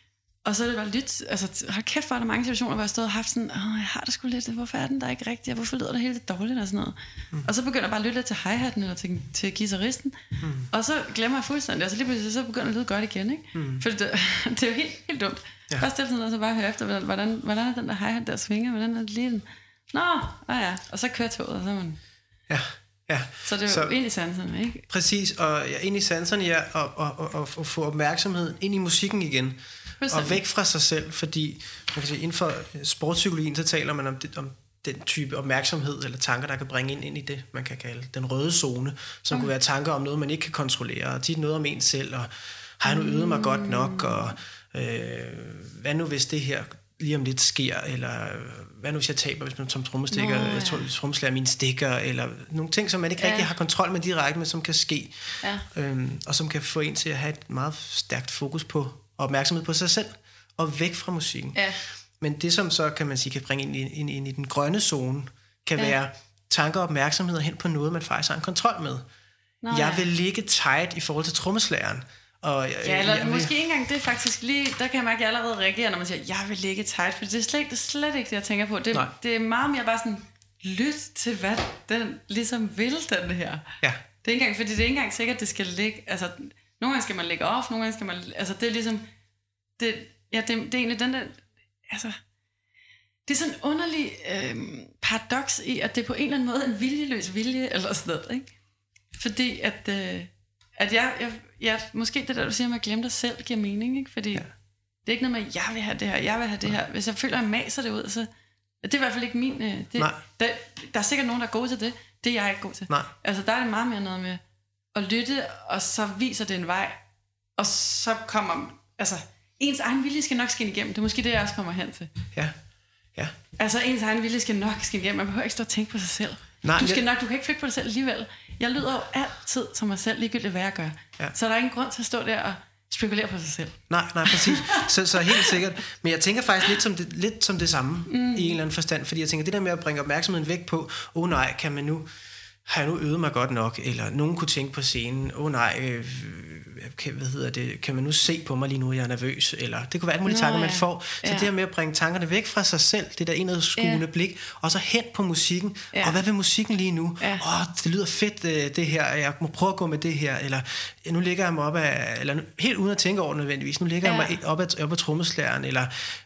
og så er det bare lyt, altså hold kæft, hvor er der mange situationer, hvor jeg stod og haft sådan, åh, jeg har det sgu lidt, hvorfor er den der ikke rigtig, og hvorfor lyder det helt lidt dårligt og sådan noget. Mm. Og så begynder jeg bare at lytte lidt til hi-hatten eller til, til guitaristen, mm. og så glemmer jeg fuldstændig, og så lige pludselig så begynder det at lyde godt igen, ikke? Mm. For det, det er jo helt, helt dumt. Ja. Bare stille sådan noget, og så bare høre efter, hvordan, hvordan er den der hi-hat der svinger, hvordan er det lige den? Nå, ah ja, og så kører toget, og så er man... Ja. Ja. Så det er jo så, ind i sanserne, ikke? Præcis, og ja, ind i sanserne, ja, og, og, og, og, og få opmærksomhed ind i musikken igen, og væk fra sig selv, fordi man kan sige, inden for sportspsykologien, så taler man om, det, om den type opmærksomhed eller tanker, der kan bringe ind, ind i det, man kan kalde den røde zone, som okay. kunne være tanker om noget, man ikke kan kontrollere, og tit noget om en selv, og har jeg nu øvet mig godt nok, og øh, hvad nu hvis det her lige om lidt sker, eller hvad nu hvis jeg taber, hvis man som trommestikker, Nå, ja. trommeslager mine stikker, eller nogle ting, som man ikke ja. rigtig har kontrol med direkte, men som kan ske, ja. øhm, og som kan få en til at have et meget stærkt fokus på, og opmærksomhed på sig selv, og væk fra musikken. Ja. Men det, som så kan man sige, kan bringe ind i, ind, ind i den grønne zone, kan ja. være tanker og opmærksomhed hen på noget, man faktisk har en kontrol med. Nå, jeg ja. vil ligge tight i forhold til trommeslageren. Og, ja, eller jeg, jeg måske ikke engang, det er faktisk lige, der kan jeg mærke, at jeg allerede reagerer, når man siger, jeg vil ligge tight, for det er slet, det er slet ikke det, jeg tænker på. Det, det er meget mere bare sådan, lyt til, hvad den ligesom vil, den her. Ja. Det er ikke engang, fordi det er ikke engang sikkert, det skal ligge, altså, nogle gange skal man lægge off, nogle gange skal man, altså, det er ligesom, det, ja, det, det er egentlig den der, altså, det er sådan en underlig øh, paradoks i, at det er på en eller anden måde en viljeløs vilje, eller sådan noget, ikke? Fordi at, øh, at jeg, jeg ja, måske det der, du siger med at glemme dig selv, giver mening, ikke? Fordi ja. det er ikke noget med, at jeg vil have det her, jeg vil have det her. Hvis jeg føler, at jeg maser det ud, så det er i hvert fald ikke min... Det, der, der er sikkert nogen, der er gode til det. Det er jeg ikke god til. Nej. Altså, der er det meget mere noget med at lytte, og så viser det en vej, og så kommer... Altså, ens egen vilje skal nok skinne igennem. Det er måske det, jeg også kommer hen til. Ja, ja. Altså, ens egen vilje skal nok skinne igennem. Man behøver ikke stå og tænke på sig selv. Nej, du skal jeg... nok, du kan ikke flytte på dig selv alligevel. Jeg lyder jo altid som mig selv, ligegyldigt hvad jeg gør. Ja. Så der er ingen grund til at stå der og spekulere på sig selv. Nej, nej, præcis. så, så helt sikkert. Men jeg tænker faktisk lidt som det, lidt som det samme mm. i en eller anden forstand. Fordi jeg tænker, det der med at bringe opmærksomheden væk på, åh oh, nej, kan man nu... har jeg nu øvet mig godt nok, eller nogen kunne tænke på scenen, åh oh, nej, øh, kan, hvad hedder det, kan man nu se på mig lige nu, jeg er nervøs, eller det kunne være alle mulige Nå, tanker, man får. Så ja. det her med at bringe tankerne væk fra sig selv, det der indadskuende ja. blik, og så hen på musikken, ja. og hvad vil musikken lige nu? Åh, ja. oh, det lyder fedt det her, jeg må prøve at gå med det her, eller nu ligger jeg mig op af, eller helt uden at tænke over det nødvendigvis, nu ligger ja. jeg mig op af, op af trommeslageren, eller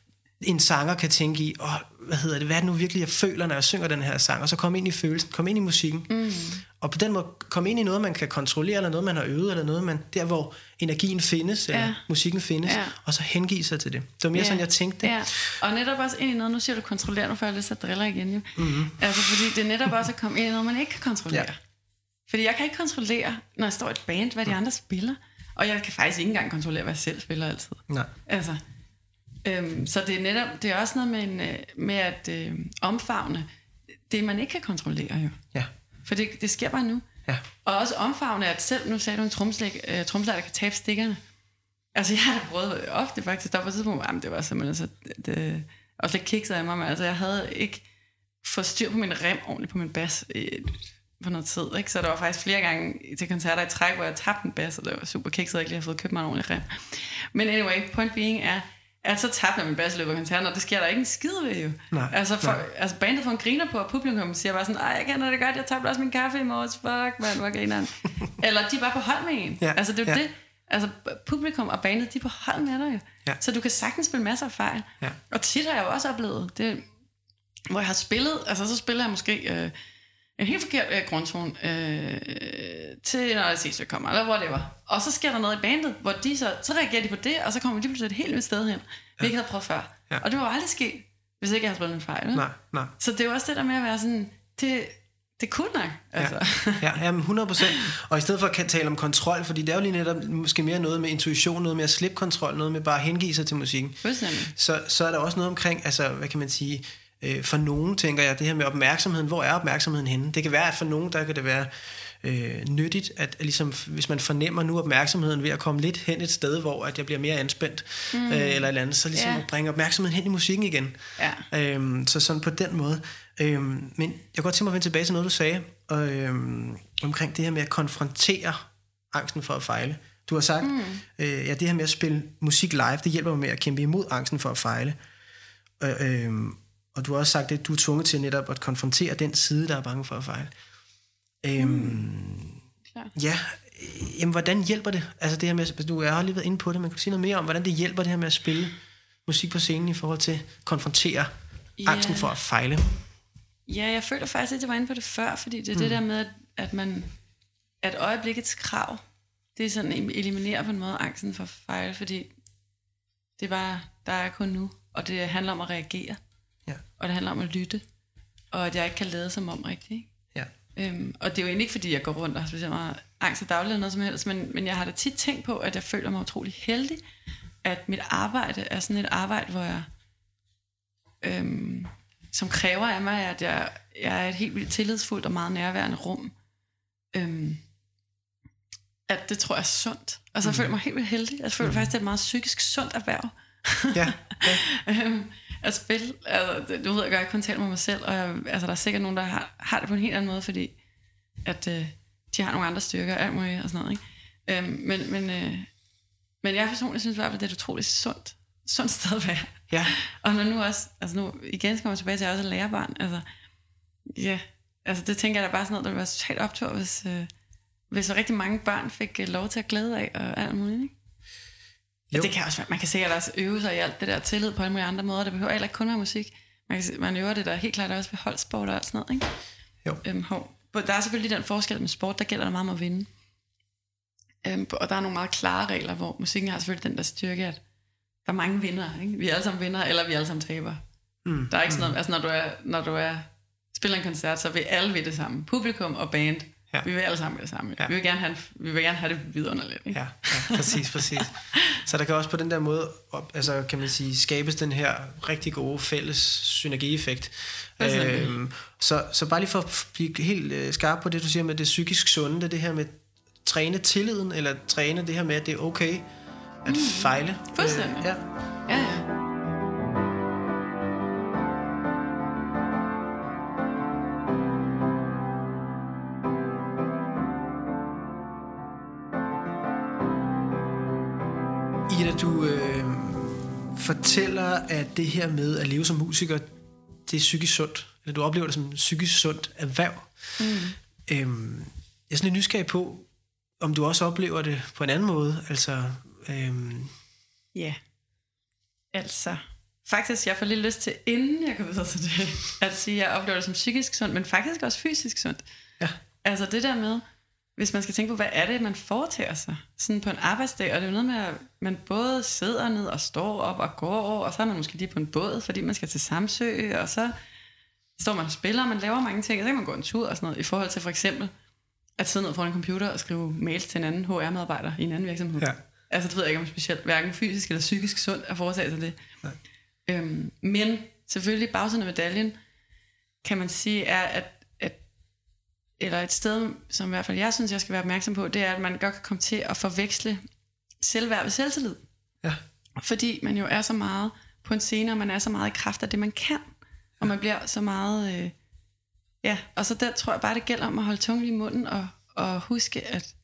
en sanger kan tænke i, åh, hvad hedder det, hvad er det nu virkelig, jeg føler, når jeg synger den her sang, og så komme ind i følelsen, komme ind i musikken, mm. og på den måde komme ind i noget, man kan kontrollere, eller noget, man har øvet, eller noget, man, der hvor energien findes, eller ja. musikken findes, ja. og så hengive sig til det. Det var mere ja. sådan, jeg tænkte det. Ja. Og netop også ind i noget, nu siger du kontrollere, nu får jeg lyst til at drille igen, jo. Mm-hmm. Altså, fordi det er netop også at komme ind i noget, man ikke kan kontrollere. Ja. Fordi jeg kan ikke kontrollere, når jeg står i et band, hvad de mm. andre spiller, og jeg kan faktisk ikke engang kontrollere, hvad jeg selv spiller altid. Nej. Altså, Øhm, så det er netop, det er også noget med, en, med at øh, omfavne det, man ikke kan kontrollere jo. Ja. For det, det sker bare nu. Ja. Og også omfavne, at selv, nu sagde du en tromslæg, øh, tromslæg, der kan tabe stikkerne. Altså, jeg har prøvet ofte faktisk, der på et tidspunkt, jamen, det var simpelthen så, det, det også lidt kikset af mig, men altså, jeg havde ikke fået styr på min rem ordentligt på min bas øh, på noget tid, ikke? Så der var faktisk flere gange til koncerter i træk, hvor jeg tabte en bas, og det var super kikset, og jeg ikke lige havde fået købt mig en ordentlig rem. Men anyway, point being er, at så tabte jeg min bas i løbet af koncerten, og det sker der ikke en skid ved jo. Nej, altså, for, nej. altså bandet får en griner på, og publikum siger bare sådan, ej, jeg kender det godt, jeg tabte også min kaffe i morges, fuck, man, hvor grineren. Eller de er bare på hold med en. Ja, altså, det er jo ja. det. Altså, publikum og bandet, de er på hold med dig jo. Ja. Så du kan sagtens spille masser af fejl. Ja. Og tit har jeg jo også oplevet det, hvor jeg har spillet, altså så spiller jeg måske øh, en helt forkert øh, grundtone øh, til, når det sidste kommer, eller whatever. Og så sker der noget i bandet, hvor de så, så reagerer de på det, og så kommer vi lige pludselig et helt nyt sted hen, vi ikke havde prøvet før. Ja. Og det var jo aldrig sket, hvis ikke jeg havde spillet en fejl. Ikke? Nej, nej. Så det er jo også det der med at være sådan, det, det kunne nok. Altså. Ja, ja, jamen hundrede procent. Og i stedet for at tale om kontrol, fordi det er jo lige netop måske mere noget med intuition, noget med at slippe kontrol, noget med bare at hengive sig til musikken. Så, så er der også noget omkring, altså hvad kan man sige, øh, for nogen tænker jeg, det her med opmærksomheden, hvor er opmærksomheden henne? Det kan være, at for nogen, der kan det være øh, nyttigt, at ligesom, hvis man fornemmer nu opmærksomheden ved at komme lidt hen et sted, hvor at jeg bliver mere anspændt, mm. øh, eller et eller andet, så ligesom yeah. at bringe opmærksomheden hen i musikken igen. Ja. Øhm, så sådan på den måde. Øhm, men jeg kan godt tænke mig at vende tilbage til noget, du sagde, og, øhm, omkring det her med at konfrontere angsten for at fejle. Du har sagt, mm. øh, ja, det her med at spille musik live, det hjælper mig med at kæmpe imod angsten for at fejle. Øh, øhm, og du har også sagt, at du er tvunget til netop at konfrontere den side, der er bange for at fejle. Øhm, mm. Ja, øh, jamen hvordan hjælper det? Altså det her med, du har lige været inde på det, men kan du sige noget mere om, hvordan det hjælper det her med at spille musik på scenen i forhold til at konfrontere yeah. angsten for at fejle? Ja, jeg føler faktisk, at jeg var inde på det før, fordi det er mm. det der med, at, at man, at øjeblikkets krav, det er sådan, eliminerer på en måde angsten for at fejle, fordi det er bare, der er kun nu, og det handler om at reagere, ja. Og det handler om at lytte, og at jeg ikke kan lade som om rigtigt. Ja. Øhm, og det er jo egentlig ikke, fordi jeg går rundt og har specielt meget angst og dagligt eller noget som helst, men, men jeg har da tit tænkt på, at jeg føler mig utrolig heldig, at mit arbejde er sådan et arbejde, hvor jeg... Øhm, som kræver af mig, at jeg, jeg er et helt vildt tillidsfuldt og meget nærværende rum. Øhm, at det tror jeg er sundt. Altså jeg føler mig helt vildt heldig. Jeg føler mm. faktisk, det er et meget psykisk sundt erhverv. Ja. ja. øhm, at spille, altså, du ved, jeg gør ikke kun tale med mig selv, og jeg, altså, der er sikkert nogen, der har, har det på en helt anden måde, fordi at øh, de har nogle andre styrker, alt muligt og sådan noget, ikke? Øhm, men, men, øh, men jeg personligt synes i hvert fald, det er et utroligt sundt, sundt sted at være. Ja. Og når nu også, altså nu igen skal man tilbage til, at jeg også er lærerbarn, altså, ja, altså det tænker jeg da bare sådan noget, der ville være totalt optur, hvis, øh, hvis så rigtig mange børn fik øh, lov til at glæde af, og alt muligt, ikke? Altså, det kan også være, man kan sikkert også øve sig i alt det der tillid på alle mulige andre måder, det behøver heller ikke kun være musik, man, kan, man øver det der helt klart også ved holdsport og sådan noget, ikke? Jo. Øhm, hov. Der er selvfølgelig den forskel med sport, der gælder det meget om at vinde, øhm, og der er nogle meget klare regler, hvor musikken har selvfølgelig den der styrke, at der er mange vinder, ikke? Vi er alle sammen vinder, eller vi er alle sammen taber. Mm. Der er ikke sådan noget, altså når du er, når du er spiller en koncert, så vil alle ved det samme. Publikum og band, ja. Vi vil alle sammen det samme. Ja. Vi vil gerne have, vi vil gerne have det vidunderligt, ikke? Ja, ja, præcis, præcis. Så der kan også på den der måde, op, altså kan man sige, skabes den her rigtig gode fælles synergieffekt. Øhm, så, så bare lige for at blive helt skarp på det, du siger med det psykisk sunde, det, det her med træne tilliden, eller træne det her med, at det er okay at mm. fejle. Fuldstændig. Øh, ja. Ja, ja. Ida, du øh, fortæller, at det her med at leve som musiker, det er psykisk sundt. Eller du oplever det som psykisk sundt erhverv. Mm. Øhm, jeg er sådan lidt nysgerrig på, om du også oplever det på en anden måde. Altså... Øhm... Ja. Altså... Faktisk, jeg får lige lyst til, inden jeg går videre til det, at sige, at jeg oplever det som psykisk sundt, men faktisk også fysisk sundt. Ja. Altså det der med... Hvis man skal tænke på, hvad er det, man foretager sig sådan på en arbejdsdag, og det er noget med, at man både sidder ned og står op og går, og så er man måske lige på en båd, fordi man skal til Samsø, og så står man og spiller, og man laver mange ting, og så kan man gå en tur og sådan noget, i forhold til for eksempel at sidde ned foran en computer og skrive mails til en anden H R-medarbejder i en anden virksomhed. Ja. Altså det ved jeg ikke om specielt hverken fysisk eller psykisk sundt at foretage sig det. Øhm, men selvfølgelig bagsiden af medaljen kan man sige, er, at, at eller et sted, som i hvert fald jeg synes, jeg skal være opmærksom på, det er, at man godt kan komme til at forveksle selvværd ved selvtillid. Ja. Fordi man jo er så meget på en scene, og man er så meget i kraft af det, man kan. Og man bliver så meget... Øh, ja, og så der tror jeg bare, det gælder om at holde tungen i munden, og, og huske, at,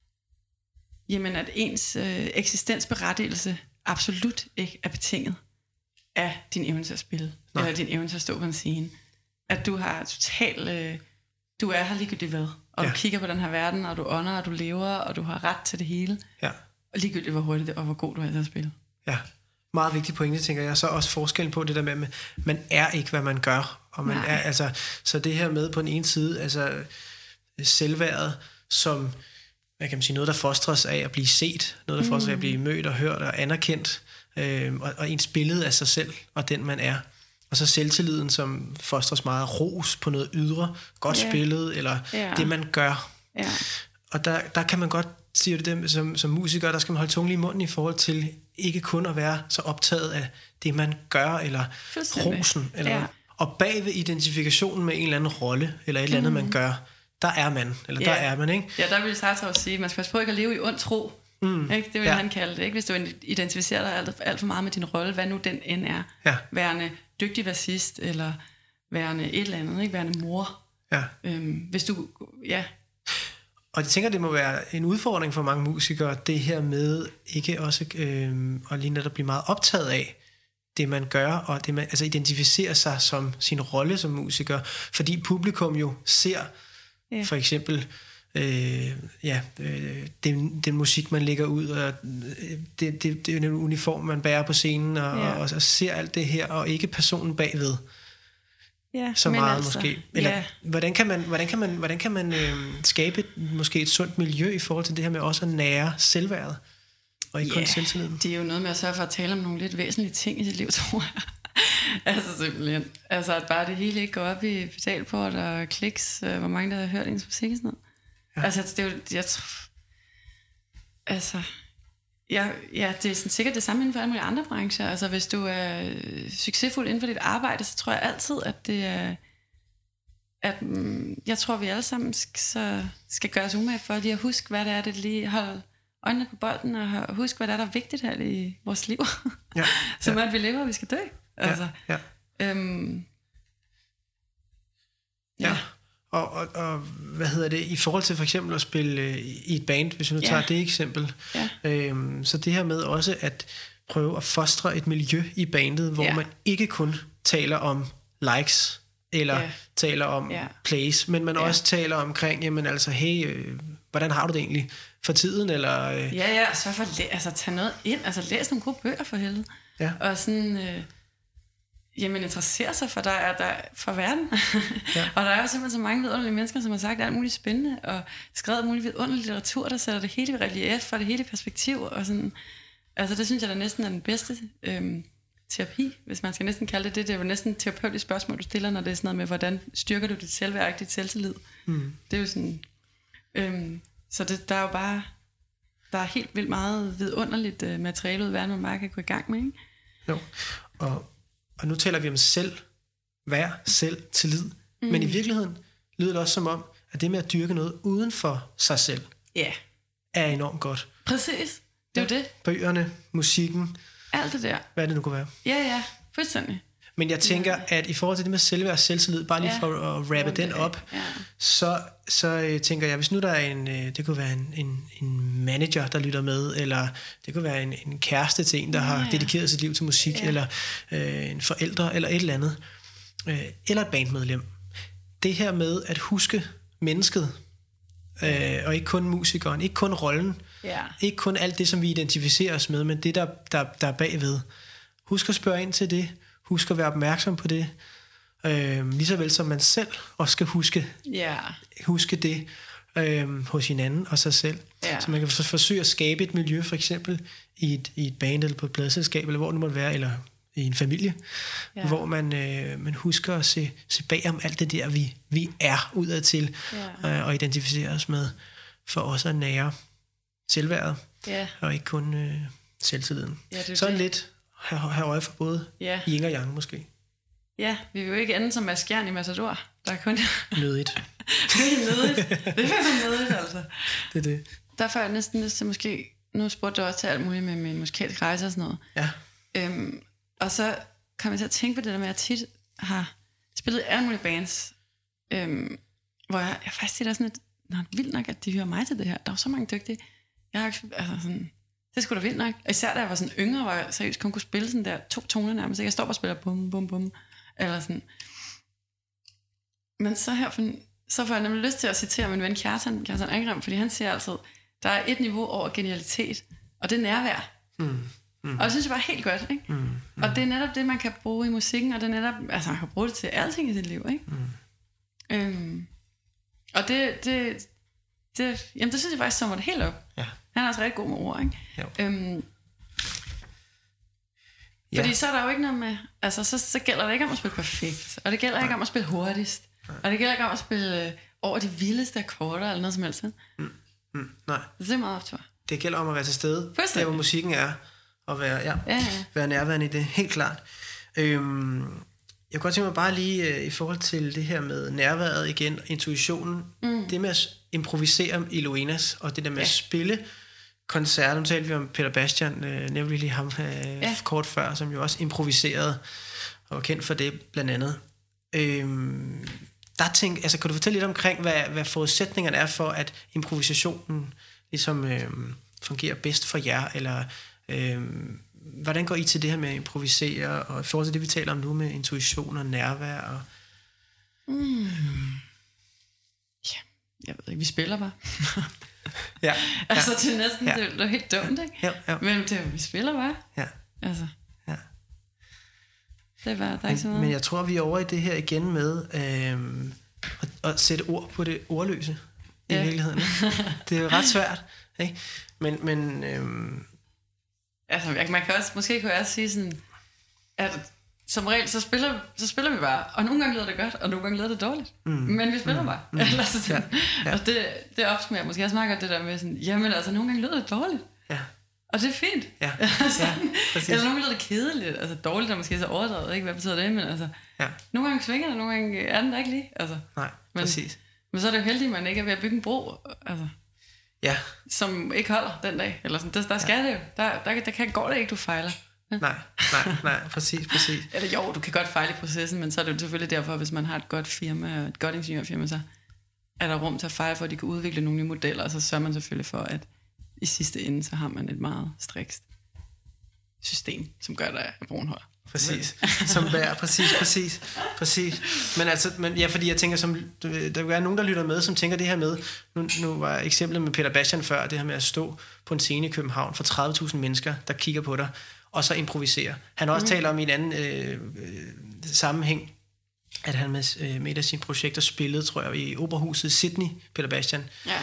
jamen, at ens øh, eksistensberettigelse absolut ikke er betinget af din evne til at spille, Nej. eller din evne til at stå på en scene. At du har total... Øh, du er her ligegyldigt hvad, og ja. du kigger på den her verden, og du ånder, og du lever, og du har ret til det hele. Ja. Og ligegyldigt hvor hurtigt og hvor god du er til at spille. Ja, meget vigtig pointe, tænker jeg. Så også forskellen på det der med, at man er ikke, hvad man gør. Og man er, altså, så det her med på den ene side, altså selvværdet, som, hvad kan man sige, noget, der fostres af at blive set, noget, der fostres af at blive mødt og hørt og anerkendt, øh, og, og ens billede af sig selv, og den man er. Og så selvtilliden, som fostres meget af ros på noget ydre, godt yeah. spillet, eller yeah. det, man gør. Yeah. Og der, der kan man godt, siger det dem, som, som musiker, der skal man holde tungen i munden i forhold til ikke kun at være så optaget af det, man gør, eller rosen. Eller yeah. Og bag ved identifikationen med en eller anden rolle, eller et eller andet, mm. man gør, der er man, eller yeah. der er man, ikke? Ja, der vil Sartre også sige, man skal passe på ikke at leve i ond tro. Mm. Ikke? Det vil ja. han kalde det, ikke? Hvis du identificerer dig alt, alt for meget med din rolle, hvad nu den end er. Ja. Værende dygtig bassist, eller værende et eller andet, ikke? Værende mor. Ja. Øhm, hvis du, ja. Og jeg tænker, det må være en udfordring for mange musikere, det her med ikke også øh, at lige netop blive meget optaget af det, man gør, og det man, altså identificere sig som sin rolle som musiker, fordi publikum jo ser ja. for eksempel Øh, ja, øh, den, den musik man lægger ud, og det, det, det er en uniform man bærer på scenen, og, ja. og, og ser alt det her, og ikke personen bagved. Ja, så meget altså, måske. Eller ja. hvordan kan man, hvordan kan man, hvordan kan man øh, skabe et, måske et sundt miljø i forhold til det her med også at nære selvværdet og ikke ja, kun selvtilliden? Det er jo noget med at sørge for at tale om nogle lidt væsentlige ting i sit liv, tror jeg. Altså simpelthen. Altså at bare det hele ikke går op i betalport og kliks, øh, hvor mange der har hørt ens musik og sådan noget. Ja. Altså det er jo, jeg altså ja, ja, det er sådan, sikkert det samme inden for alle mulige andre brancher. Altså hvis du er succesfuld inden for dit arbejde, så tror jeg altid, at det er, at mm, jeg tror vi alle sammen skal, så skal gøre os umage for lige at huske, hvad det er, det lige holde øjnene på bolden, og huske, hvad det er, der er vigtigt her i vores liv. Ja. Som ja. at vi lever, og vi skal dø. Altså, ja. Ja. Øhm, ja. ja. Og, og, og hvad hedder det, i forhold til for eksempel at spille øh, i et band, hvis vi nu tager yeah. det eksempel, yeah. øhm, så det her med også at prøve at fostre et miljø i bandet, hvor yeah. man ikke kun taler om likes, eller yeah. taler om yeah. plays, men man yeah. også taler omkring, jamen altså, hey, øh, hvordan har du det egentlig for tiden, eller... Øh, ja, ja, så for at altså, tage noget ind, altså læs nogle gode bøger for helvede, ja. og sådan... Øh, jamen interessere sig for, der er der for verden. Ja. Og der er jo simpelthen så mange vidunderlige mennesker, som har sagt alt muligt spændende, og skrevet alt muligt vidunderlig litteratur, der sætter det hele i relief, og det hele i perspektiv, og sådan. Altså det synes jeg, der næsten er den bedste øhm, terapi, hvis man skal næsten kalde det det. Det er jo næsten et terapeutisk spørgsmål, du stiller, når det er sådan noget med, hvordan styrker du dit selvværd, dit selvtillid. Mm. Det er jo sådan... Øhm, så det, der er jo bare... Der er helt vildt meget vidunderligt øh, materiale ud i verden, man bare kan gå i gang med, ikke? Jo, og... Og nu taler vi om selv, værd, selv, tillid. Mm. Men i virkeligheden lyder det også som om, at det med at dyrke noget uden for sig selv, yeah. er enormt godt. Præcis, det er jo det. Bøgerne, musikken. Alt det der. Hvad det nu kunne være. Ja, ja, fuldstændig. Men jeg tænker, ja. at i forhold til det med selvværd og selvtillid, bare lige ja. for at rappe den op, ja. så, så tænker jeg, hvis nu der er en, det kunne være en, en, en manager, der lytter med, eller det kunne være en, en kæreste til en, der ja. har dedikeret sit liv til musik, ja. eller øh, en forældre, eller et eller andet, øh, eller et bandmedlem. Det her med at huske mennesket, øh, og ikke kun musikeren, ikke kun rollen, ja. ikke kun alt det, som vi identificerer os med, men det, der, der, der er bagved. Husk at spørge ind til det. Husk at være opmærksom på det. Øh, lige så vel som man selv også skal huske, yeah. huske det øh, hos hinanden og sig selv. Yeah. Så man kan forsøge at skabe et miljø, for eksempel i et, i et band eller på et pladselskab, eller hvor det måtte være, eller i en familie, yeah. hvor man, øh, man husker at se, se bag om alt det der, vi, vi er udad til, yeah. øh, og identificere os med, for også at nære selvværdet, yeah. og ikke kun øh, selvtilliden. Yeah, sådan lidt have, have øje for både yeah. yin og yang måske. Ja, vi vil jo ikke ende som Mads Skjern i Matador. Der er kun... Nødigt. Det er nødigt. Det er faktisk nødigt, altså. Det er det. Derfor er jeg næsten lyst til måske... Nu spurgte du også til alt muligt med min musikalske rejse og sådan noget. Ja. Øhm, og så kom jeg til at tænke på det der med, at jeg tit har spillet alle mulige bands, øhm, hvor jeg, jeg faktisk tit er sådan lidt, nå, vildt nok, at de hører mig til det her. Der er så mange dygtige. Jeg har altså sådan... Det skulle da vildt nok. Især da jeg var sådan yngre, hvor jeg seriøst kun kunne spille sådan der to toner nærmest. Jeg står og spiller bum, bum, bum. Eller sådan. Men så her for, så får jeg nemlig lyst til at citere min ven Kjartan, Kjartan Angram, fordi han siger altid, der er et niveau over genialitet, og det er nærvær. Mm. Mm. Og det synes jeg bare helt godt, ikke? Mm. Mm. Og det er netop det, man kan bruge i musikken, og det er netop, altså man kan bruge det til alting i sit liv, ikke? Mm. Øhm, og det, det, det, jamen det synes jeg faktisk sommer det helt op. Ja. Han er også rigtig god med ord, ikke? Øhm, Ja. Fordi så er der jo ikke noget med, altså så, så gælder det ikke om at spille perfekt, og det gælder Nej. ikke om at spille hurtigst, Nej. og det gælder ikke om at spille øh, over de vildeste akkorder eller noget som helst. Mm. Mm. Nej. Det er meget optur. Det gælder om at være til stede, der hvor musikken er, og være, ja, ja, ja. være nærværende i det, helt klart. Øhm, jeg kunne godt tænke mig bare lige øh, i forhold til det her med nærværet igen, intuitionen, mm. det med at improvisere i Loenas, og det der med ja. at spille koncerter. Nu talte vi om Peter Bastian, øh, nemlig lige ham øh, ja. kort før, som jo også improviserede og var kendt for det blandt andet. Øhm, der tænk, altså, kan du fortælle lidt omkring, hvad, hvad forudsætningerne er for, at improvisationen ligesom øh, fungerer bedst for jer, eller øh, hvordan går I til det her med at improvisere, og i forhold til det, vi taler om nu med intuition og nærvær? Og, mm. Ja, jeg ved ikke, vi spiller bare. Ja, altså ja, det er næsten ja. det er helt dumt, ikke? Ja, ja. Men det, vi spiller bare. Ja. Altså. Ja. Det er bare, der er ikke så meget. Men jeg tror vi er over i det her igen med øhm, at, at sætte ord på det ordløse ja. i virkeligheden. Det er jo ret svært, ikke? Men men øhm, altså man kan også måske kunne jeg også sige sådan, at som regel så spiller så spiller vi bare, og nogle gange lyder det godt, og nogle gange lyder det dårligt. Mm. Men vi spiller mm. bare. Mm. Eller så sådan. Ja. Ja. Og det det opsummerer måske også meget godt det der med sådan, jamen altså nogle gange lyder det dårligt. Ja. Og det er fint. Ja. Altså, ja, eller nogle gange lyder det kedeligt, altså dårligt er måske så overdrevet, ikke? Hvad betyder det? Men altså ja. nogle gange svinger det, nogle gange er den der ikke lige. Altså. Nej, men, præcis. Men så er det jo heldigt, at man ikke er ved at bygge en bro, altså. Ja. Som ikke holder den dag, eller sådan. Der, der skal ja. det jo. Der, der, der kan, går det ikke, du fejler. Ja. Nej, nej, nej, præcis, præcis. Eller jo, du kan godt fejle i processen, men så er det jo selvfølgelig derfor, hvis man har et godt firma, og et godt ingeniørfirma, så er der rum til at fejle, for at de kan udvikle nogle nye modeller, og så sørger man selvfølgelig for, at i sidste ende, så har man et meget strikst system, som gør, at broen holder. Præcis, som bærer, præcis, præcis, præcis. Men altså, men, ja, fordi jeg tænker, som, der vil være nogen, der lytter med, som tænker det her med, nu, nu var eksemplet med Peter Bastian før, det her med at stå på en scene i København for tredive tusind mennesker, der kigger på dig, og så improvisere. Han har også mm. talt om i en anden øh, øh, sammenhæng, at han med, øh, med et af sine projekter spillede, tror jeg, i Operahuset i Sydney, Peter Bastian. Ja.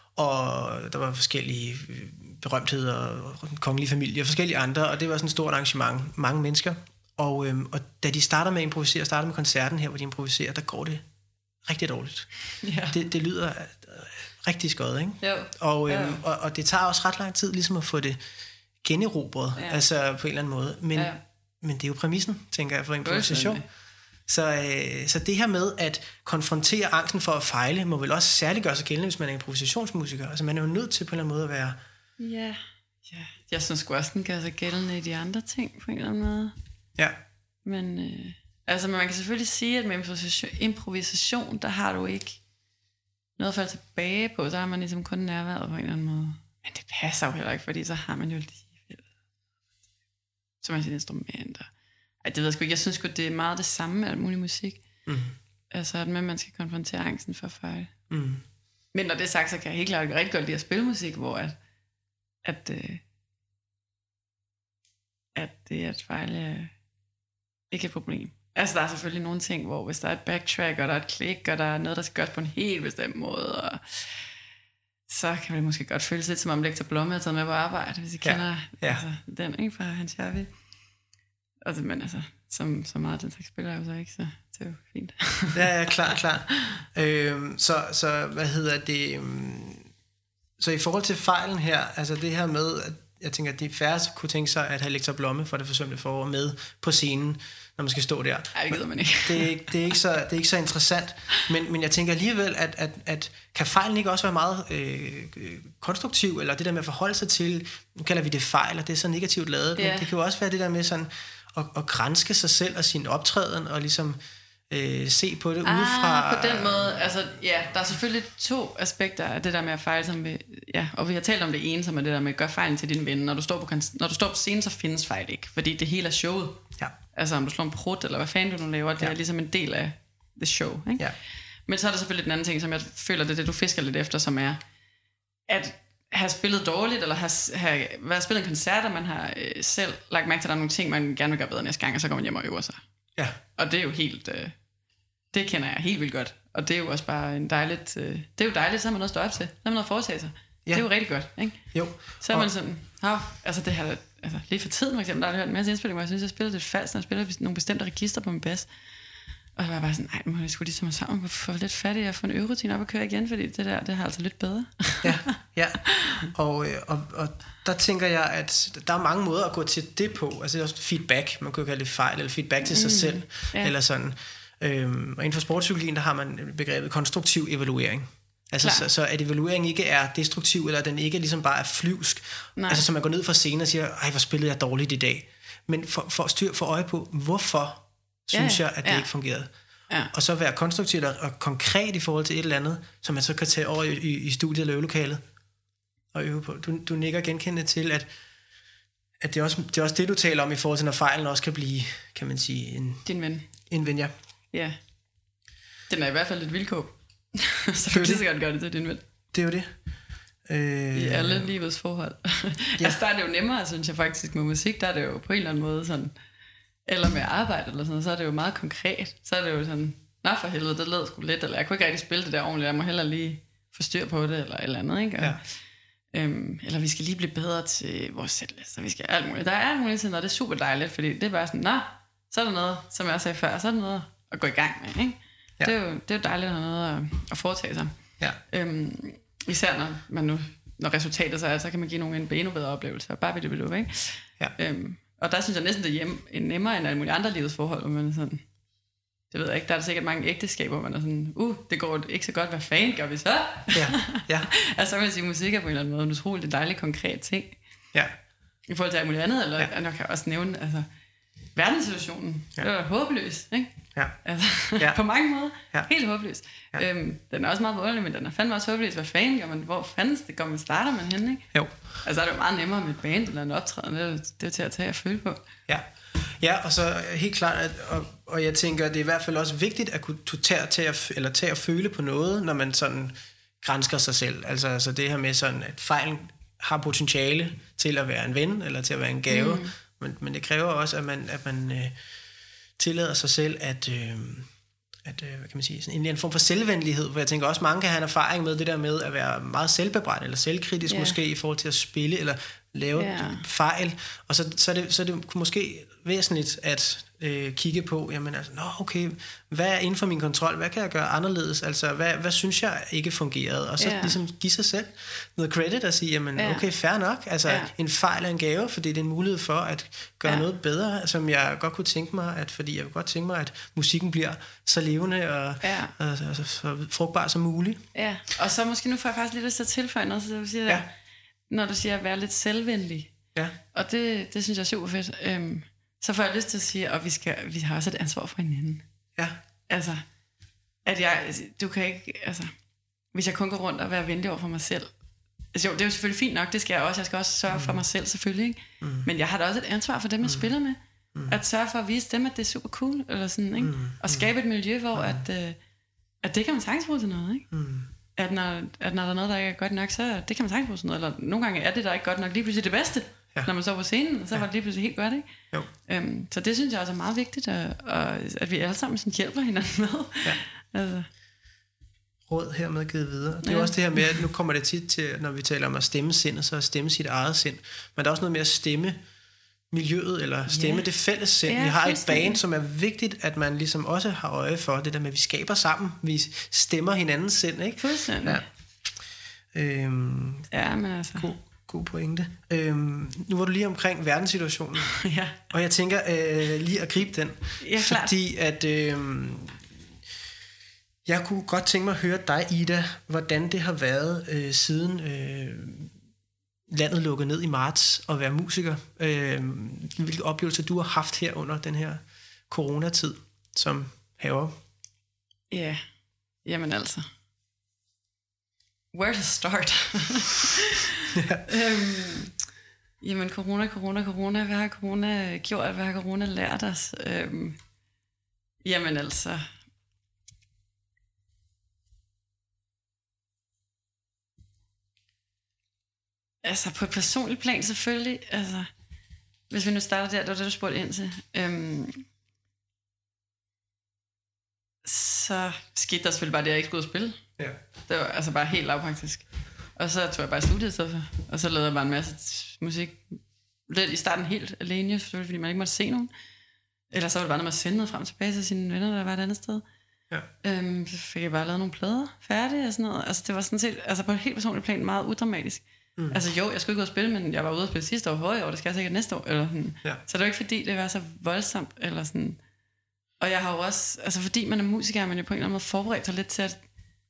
Og der var forskellige berømtheder, og den kongelige familie, og forskellige andre, og det var sådan et stort arrangement, mange mennesker. Og, øhm, og da de starter med at improvisere, starter med koncerten her, hvor de improviserer, der går det rigtig dårligt. Ja. Det, det lyder øh, rigtig skødt, ikke? Jo. Og, øhm, og, og det tager også ret lang tid ligesom at få det generobret, ja. altså på en eller anden måde. Men, ja. men det er jo præmissen, tænker jeg, for improvisation. Så, øh, så det her med at konfrontere angsten for at fejle, må vel også særligt gøre sig gældende, hvis man er improvisationsmusiker. Altså man er jo nødt til på en eller anden måde at være... Ja, ja. Jeg synes sgu også, den gør sig gældende i de andre ting på en eller anden måde. Ja. Men, øh, altså, man kan selvfølgelig sige, at med improvisation, improvisation, der har du ikke noget at falde tilbage på, så har man ligesom kun nærværet på en eller anden måde. Men det passer jo heller ikke, fordi så har man jo alligevel så man sine instrumenter. Ej, det ved jeg sgu ikke. Jeg synes sgu, det er meget det samme med alt mulig musik. Mm. Altså, at man skal konfrontere angsten for at fejle. Mm. Men når det er sagt, så kan jeg helt klart rigtig godt lide at spille musik, hvor at, at, øh, at det at fejle er ikke et problem. Altså, der er selvfølgelig nogle ting, hvor hvis der er et backtrack, og der er et klik, og der er noget, der skal gøres på en helt bestemt måde, og så kan det måske godt føles lidt, som om Lektor Blomme har taget med på arbejde, hvis I ja. kender ja. Altså, den, ikke, fra Hans Jarvi. Altså, men altså, som, så meget den slags spiller jeg jo så ikke, så det er jo fint. Ja, ja, klar, klar. Øhm, så, så, hvad hedder det... Um, så i forhold til fejlen her, altså det her med, at jeg tænker, at de færreste kunne tænke sig, at have Lektor Blomme fra Det Forsømte Forår med på scenen, når man skal stå der. Ej, det gider man ikke. det, er ikke, det, er ikke så, det er ikke så interessant. Men, men jeg tænker alligevel, at, at, at kan fejlen ikke også være meget øh, konstruktiv, eller det der med at forholde sig til, nu kalder vi det fejl, og det er så negativt lavet, yeah. men det kan jo også være det der med sådan at, at granske sig selv og sin optræden, og ligesom øh, se på det ah, udefra. På den måde, altså ja, der er selvfølgelig to aspekter af det der med at fejle, som vi, ja, og vi har talt om det ene, som er det der med at gøre fejlen til din ven. Når du står på, når du står på scenen, så findes fejl ikke, fordi det hele er showet. Ja. Altså om du slår en prut, eller hvad fanden du nu laver, det ja. er ligesom en del af the show, ikke? Ja. Men så er der selvfølgelig den anden ting, som jeg føler, det er det, du fisker lidt efter, som er, at have spillet dårligt, eller have, have været spillet en koncert, og man har øh, selv lagt mærke til, at der er nogle ting, man gerne vil gøre bedre næste gang, og så går man hjem og øver sig. Ja. Og det er jo helt, øh, det kender jeg helt vildt godt. Og det er jo også bare en dejligt, øh, det er jo dejligt, så har man noget at stå op til, så har man noget at foretage sig. Ja. Det er jo rigtig godt, ikke? Jo. Så er man sådan, oh, altså det her, altså lige for tiden for eksempel, der har jeg hørt en masse indspilling, hvor jeg synes, jeg spiller det falsk, når jeg spiller nogle bestemte register på min bas. Og så var jeg bare sådan, nej, må jeg sgu lige tage mig sammen og få lidt fattig og få en øverutine op og køre igen, fordi det der, det har altså lidt bedre. Ja, ja. Og, og, og der tænker jeg, at der er mange måder at gå til det på. Altså det er også feedback, man kan jo kalde det fejl, eller feedback til sig mm, selv, ja. Eller sådan. Øhm, og inden for sportspsykologien, der har man begrebet konstruktiv evaluering. Altså så, så at evaluering ikke er destruktiv, eller den ikke ligesom bare er flyvsk. Nej. Altså så man går ned fra scenen og siger, ej, hvor spillede jeg dårligt i dag. Men for, for at styr for øje på, hvorfor synes ja, jeg, at det ja. ikke fungerede. Ja. Og så være konstruktivt og, og konkret i forhold til et eller andet, som man så kan tage over i, i, i studiet eller øvelokalet og øve på. Du, du nikker genkendende til, at, at det, er også, det er også det, du taler om i forhold til, når fejlen også kan blive, kan man sige, en... Din ven. En ven, ja. Ja. Den er i hvert fald et vilkår. Så du kan lige så godt gøre det til din ven. Det er jo det. Øh... I alle livets forhold. Ja. Altså der er det jo nemmere, synes jeg faktisk, med musik. Der er det jo på en eller anden måde sådan... Eller med arbejde eller sådan noget, så er det jo meget konkret. Så er det jo sådan, nå for helvede, det lød sgu lidt, eller jeg kunne ikke rigtig spille det der ordentligt, jeg må heller lige få styr på det, eller et eller andet, ikke? Og, ja. øhm, eller vi skal lige blive bedre til vores sætlister, vi skal alt muligt. Der er alt muligt sådan, og det er super dejligt, fordi det er bare sådan, nå, så er der noget, som jeg sagde før, så er der noget at gå i gang med, ikke? Ja. Det, er jo, det er jo dejligt at have noget at, at foretage sig. Ja. Øhm, især når man nu, når resultatet så er, så kan man give nogen en endnu bedre oplevelse, og bare ved det, ved det, ikke? Ja. Øhm, Og der synes jeg næsten, det er hjem, nemmere end alle mulige andre livets forhold, hvor man er sådan, det ved jeg ikke, der er der sikkert mange ægteskaber, hvor man er sådan, uh, det går ikke så godt, hvad fanden gør vi så? Ja, ja. Altså så kan man sige, musik er på en eller anden måde en utrolig dejlig, konkret ting. Ja. I forhold til alt muligt andet, eller ja. Jeg kan også nævne, altså, verdenssituationen, ja. Det var håbløs, ikke? Ja. Altså, ja. På mange måder, ja. Helt håbløs. Ja. Øhm, den er også meget voldelig, men den er fandme også håbløs. Hvad fanden gør man, hvor fanden det går man, starter man hen, ikke? Jo. Altså er det jo meget nemmere med et band eller en optræden, det er, det er til at tage og føle på. Ja, ja, og så helt klart, at, og, og jeg tænker, det er i hvert fald også vigtigt at kunne tage, tage, at, eller tage at føle på noget, når man sådan gransker sig selv. Altså, altså det her med sådan, at fejlen har potentiale til at være en ven, eller til at være en gave, mm. men, men det kræver også, at man, at man øh, tillader sig selv at... Øh, at, hvad kan man sige, sådan en, en form for selvvenlighed, hvor jeg tænker også, mange kan have en erfaring med det der med at være meget selvbebrændt, eller selvkritisk yeah. måske, i forhold til at spille, eller lave yeah. fejl, og så, så, er det, så er det måske væsentligt at øh, kigge på, jamen altså, nå okay, hvad er inden for min kontrol, hvad kan jeg gøre anderledes, altså hvad, hvad synes jeg ikke fungerede, og så yeah. ligesom give sig selv noget credit og sige, jamen yeah. okay, fair nok, altså yeah. en fejl er en gave, fordi det er en mulighed for at gøre yeah. noget bedre, som jeg godt kunne tænke mig, at, fordi jeg kunne godt tænke mig, at musikken bliver så levende og, yeah. og, og, og så frugtbar som muligt. Ja, og så måske nu får jeg faktisk lidt lyst til at tilføje noget, så du siger, ja. Når du siger at være lidt selvvenlig, ja. Og det, det synes jeg er super fedt, øhm, så får jeg lyst til at sige, at vi, skal, vi har også et ansvar for hinanden. Ja. Altså, at jeg, du kan ikke, altså, hvis jeg kun går rundt og være venlig over for mig selv, altså jo, det er jo selvfølgelig fint nok, det skal jeg også, jeg skal også sørge mm. for mig selv selvfølgelig, ikke? Mm. Men jeg har da også et ansvar for dem, jeg mm. spiller med, mm. at sørge for at vise dem, at det er super cool, eller sådan, ikke? Mm. Og skabe et miljø, hvor mm. at, øh, at det kan man sagtens bruge til noget, ikke? Mm. At, når, at når der er noget, der ikke er godt nok, så det kan man sagtens bruge til noget, eller nogle gange er det, der ikke godt nok, lige pludselig det bedste. Ja. Når man så på scenen, så ja. Var det lige pludselig helt godt, ikke? Jo. Øhm, så det synes jeg også er meget vigtigt, at, at vi alle sammen sådan hjælper hinanden med. Ja. Altså. Råd hermed givet videre. Det er ja. Også det her med, at nu kommer det tit til, når vi taler om at stemme sindet, så at stemme sit eget sind. Men der er også noget med at stemme miljøet, eller stemme ja. Det fælles sind. Ja, vi har et band, som er vigtigt, at man ligesom også har øje for det der med, at vi skaber sammen. Vi stemmer hinandens sind, ikke? Fuldstændig. Ja, øhm, ja men altså... God. god pointe. Øhm, nu var du lige omkring verdenssituationen, ja. og jeg tænker øh, lige at gribe den, ja, fordi at øh, jeg kunne godt tænke mig at høre dig, Ida, hvordan det har været øh, siden øh, landet lukkede ned i marts at være musiker. Øh, hvilke oplevelser du har haft her under den her coronatid som haver? Ja, jamen altså. Where to start? øhm, jamen corona, corona, corona. Hvad har corona gjort? Hvad har corona lært os? Øhm, jamen altså. Altså på et personligt plan selvfølgelig. Altså, hvis vi nu starter der, det var det, du spurgte ind til. Øhm, så skete der selvfølgelig bare det, at jeg ikke skulle ud og spille. Ja. Det var altså bare helt lavpraktisk. Og så tog jeg bare i studiet i stedet for. Og så lavede jeg bare en masse musik. Lidt i starten helt alene, selvfølgelig, fordi man ikke måtte se nogen. Ellers så var det bare noget med at sende noget frem og tilbage til sine venner, der var et andet sted. Ja. Øhm, så fik jeg bare lavet nogle plader færdige og sådan noget. Altså det var sådan set, altså på et helt personligt plan meget udramatisk. Mm. Altså jo, jeg skulle ikke ud og spille, men jeg var ude og spille sidste år, forrige år, det skal jeg sikkert næste år. Eller sådan. Ja. Så det var ikke fordi, det var så voldsomt. Eller sådan. Og jeg har jo også, altså fordi man er musiker, er man jo på en eller anden måde forberedt sig lidt til, at,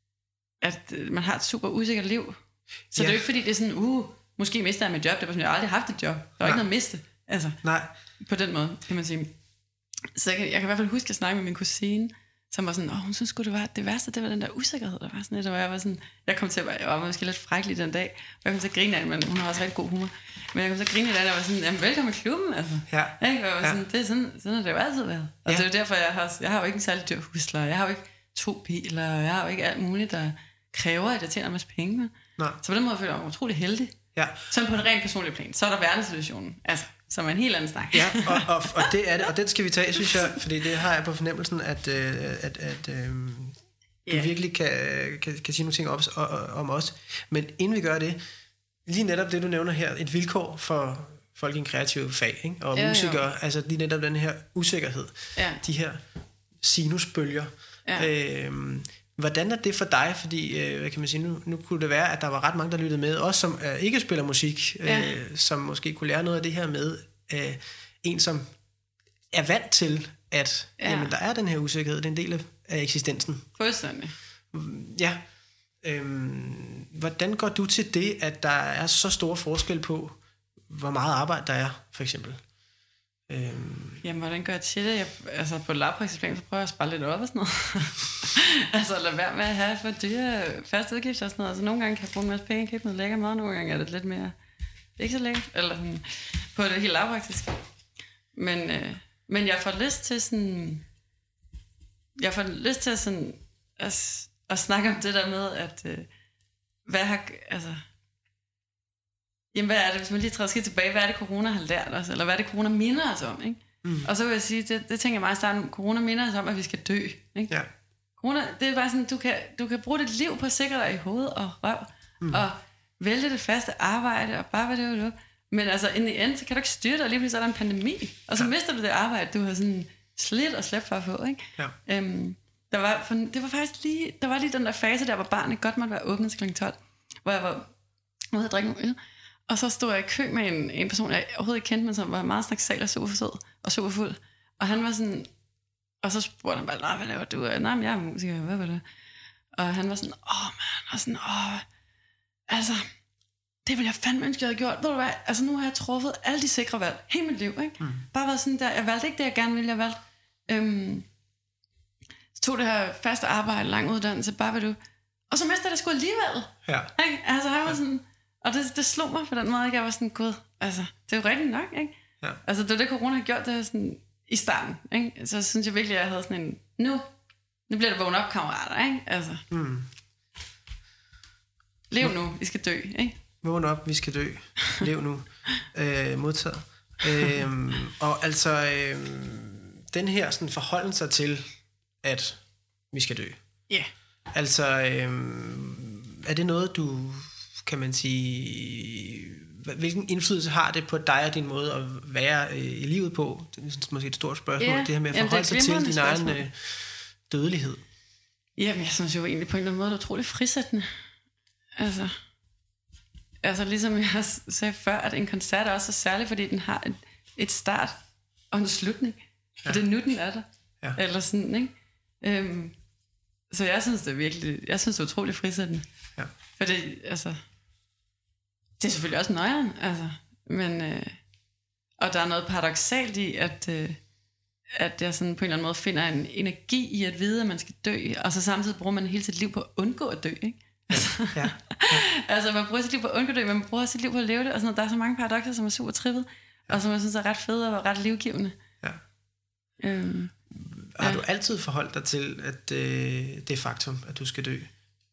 at man har et super usikkert liv. Så ja. Det er jo ikke fordi, det er sådan, uh, måske mister jeg mit job. Det var sådan, jeg har aldrig haft et job. Der var Nej. ikke noget at miste. Altså, Nej. På den måde, kan man sige. Så jeg kan, jeg kan i hvert fald huske at snakke med min kusine, som var sådan, åh, hun synes det var det værste, det var den der usikkerhed, der var sådan lidt, og jeg var sådan, jeg kom til at være, jeg var måske lidt fræklig den dag, og jeg kom til at grine af, men hun har også rigtig god humor, men jeg kom til at grine af den, og jeg var sådan, jamen velkommen i klubben, altså. Ja. Ikke? Og jeg var sådan, ja. det er sådan, sådan har det jo altid været. Og ja. Det er jo derfor, jeg har, jeg har jo ikke en særlig dyr husleje, jeg har jo ikke to biler, og jeg har jo ikke alt muligt, der kræver, at jeg tjener en masse penge. Nej. Så på den måde føler jeg mig utrolig heldig. Ja. Sådan på en rent personlig plan. Så er der verdenssituationen, altså, som er en helt anden snak. Ja, og, og, og det er det, og den skal vi tage, synes jeg, fordi det har jeg på fornemmelsen, at, øh, at, at øh, du yeah. virkelig kan, kan, kan sige nogle ting op, og, og, om os. Men inden vi gør det, lige netop det, du nævner her, et vilkår for folk i en kreativ fag, ikke? Og ja, musikere, jo. Altså lige netop den her usikkerhed, ja. De her sinusbølger. Ja. Øh, Hvordan er det for dig? Fordi, øh, hvad kan man sige, nu, nu kunne det være, at der var ret mange, der lyttede med, også som øh, ikke spiller musik, øh, ja. Som måske kunne lære noget af det her med øh, en, som er vant til, at ja. Jamen, der er den her usikkerhed, det er en del af, af eksistensen. Fuldstændig. Ja. Øh, hvordan går du til det, at der er så stor forskel på, hvor meget arbejde der er, for eksempel? Øhm. Jamen, hvordan gør jeg til det? Jeg, altså, på lavpraktisk plan, så prøver jeg at spare lidt op og sådan noget. altså, lad være med at have for dyre faste udgifter og sådan noget. Altså, nogle gange kan jeg bruge en masse penge, købe noget lækker mad, nogle gange er det lidt mere ikke så lækkert, eller sådan, på det helt lavpraktiske. Men, øh, men jeg får lyst til sådan, jeg får lyst til sådan, at, at snakke om det der med, at øh, hvad har, altså, jamen, hvad er det, hvis man lige træder skidt tilbage, hvad er det, corona har lært os, eller hvad er det, corona minder os om, ikke? Mm. Og så vil jeg sige, det, det tænker jeg meget i starten, corona minder os om, at vi skal dø, ikke? Ja. Corona, det er bare sådan, du kan, du kan bruge dit liv på at sikre dig i hoved og røv, mm. og vælge det faste arbejde, og bare hvad det er, du. Men altså, in the end, så kan du ikke styre dig, og lige pludselig er der en pandemi, og så ja. Mister du det arbejde, du har sådan slidt og slæbt for at få, ikke? Ja. Øhm, der var, for, det var faktisk lige, der var lige den der fase der, hvor barnet godt måtte være åbnet til klokken tolv, hvor jeg var ude at drikke nogle øl. Og så stod jeg i kø med en, en person, jeg overhovedet ikke kendte, men som var meget snaksal og super sød og super fuld. Og han var sådan, og så spurgte han bare, nej, hvad laver du? Nej, men jeg er musiker, hvad var det? Og han var sådan, åh man, og sådan, åh, altså, det ville jeg fandme ønske, jeg havde gjort. Ved du hvad, altså nu har jeg truffet alle de sikre valg, hele mit liv, ikke? Mm. Bare været sådan der, jeg valgte ikke det, jeg gerne ville, jeg valgte. Øhm, så tog det her faste arbejde, lang uddannelse, bare hvad du. Og så mistede jeg det sgu alligevel. Ja. Ikke? Altså, han var ja. Sådan, og det, det slog mig på den måde, ikke? Jeg var sådan, gud, altså, det er jo rigtigt nok, ikke? Ja. Altså, det var det, corona har gjort, det var sådan, i starten, ikke? Så synes jeg virkelig, at jeg havde sådan en, nu, nu bliver det vågen op, kammerater, ikke? Altså, mm. lev nu, vi skal dø, ikke? Vågn op, vi skal dø. Lev nu. øh, modtaget. øhm, og altså, øhm, den her sådan forholden sig til, at vi skal dø. Ja. Yeah. Altså, øhm, er det noget, du, kan man sige, hvilken indflydelse har det på dig og din måde at være øh, i livet på? Det er måske et stort spørgsmål, yeah. det her med at forholde sig til din egen øh, dødelighed. Jamen, jeg synes jo egentlig på en eller anden måde, det er utroligt frisættende. Altså, altså ligesom jeg sagde før, at en koncert er også så særlig, fordi den har et, et start og en slutning. Ja. Og det er nu, den er der. Ja. Eller sådan, ikke? Øhm, så jeg synes, det er virkelig, jeg synes, det er utroligt frisættende. Ja. For det, altså, det er selvfølgelig også nøjeren, altså, men, øh, og der er noget paradoksalt i, at, øh, at jeg sådan på en eller anden måde finder en energi i at vide, at man skal dø, og så samtidig bruger man hele sit liv på at undgå at dø, ikke? Altså, ja. Ja. altså man bruger sit liv på at undgå det, men man bruger sit liv på at leve det, og sådan noget. Der er så mange paradokser, som er super trippet, ja. Og som jeg synes er ret fede og ret livgivende. Ja. Øhm, har ja. du altid forholdt dig til, at øh, det er faktum, at du skal dø?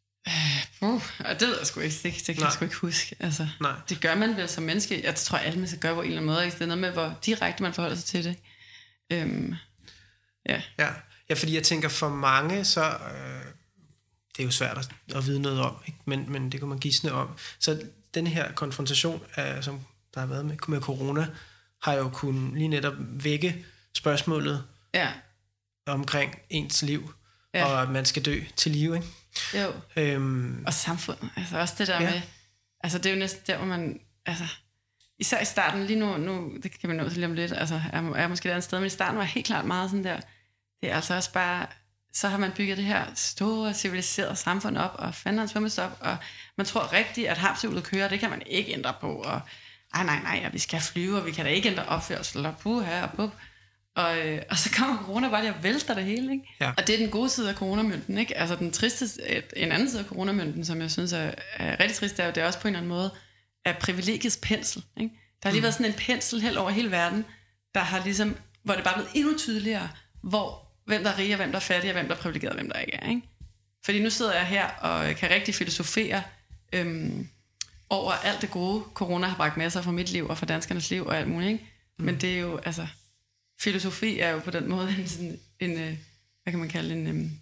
Uh, og det ved jeg sgu ikke, det, det kan Nej. jeg sgu ikke huske. Altså, Nej. Det gør man vel som menneske. Jeg tror, alle mennesker gør på en eller anden måde. Ikke? Det er noget med, hvor direkte man forholder sig til det. Øhm, ja. ja. Ja, fordi jeg tænker, for mange, så... Øh, det er jo svært at, at vide noget om, ikke? Men, men det kan man gisne om. Så den her konfrontation, af, som der har været med, med corona, har jo kunnet lige netop vække spørgsmålet ja. omkring ens liv, ja. Og at man skal dø til live, ikke? Jo. Øhm, og samfundet, altså også det der ja. med, altså det er jo næsten der, hvor man, altså, især i starten, lige nu, nu det kan man nå til lige om lidt, altså er, er måske et andet sted, men i starten var helt klart meget sådan der, det er altså også bare, så har man bygget det her store, civiliserede samfund op, og fanden en svømmestop, og man tror rigtigt, at hamsterhjulet kører, det kan man ikke ændre på, og ej, nej, nej, ja, vi skal flyve, og vi kan da ikke ændre opførsel, og puha, og pup. Og, øh, og så kommer corona bare lige og vælter det hele, ikke? Ja. Og det er den gode side af coronamønten, ikke? Altså den triste, en anden side af coronamønten, som jeg synes er, er rigtig trist, er jo, det er også på en eller anden måde, er privilegiets pensel, ikke? Der har lige mm. været sådan en pensel helt over hele verden, der har ligesom, hvor det bare er blevet endnu tydeligere, hvor, hvem der er rige, og hvem der er fattige, og hvem der er privilegeret, og hvem der ikke er, ikke? Fordi nu sidder jeg her og kan rigtig filosofere øhm, over alt det gode, corona har bragt med sig for mit liv, og for danskernes liv, og alt muligt, ikke? Mm. Men det er jo, altså... Filosofi er jo på den måde en, sådan, en hvad kan man kalde en, en,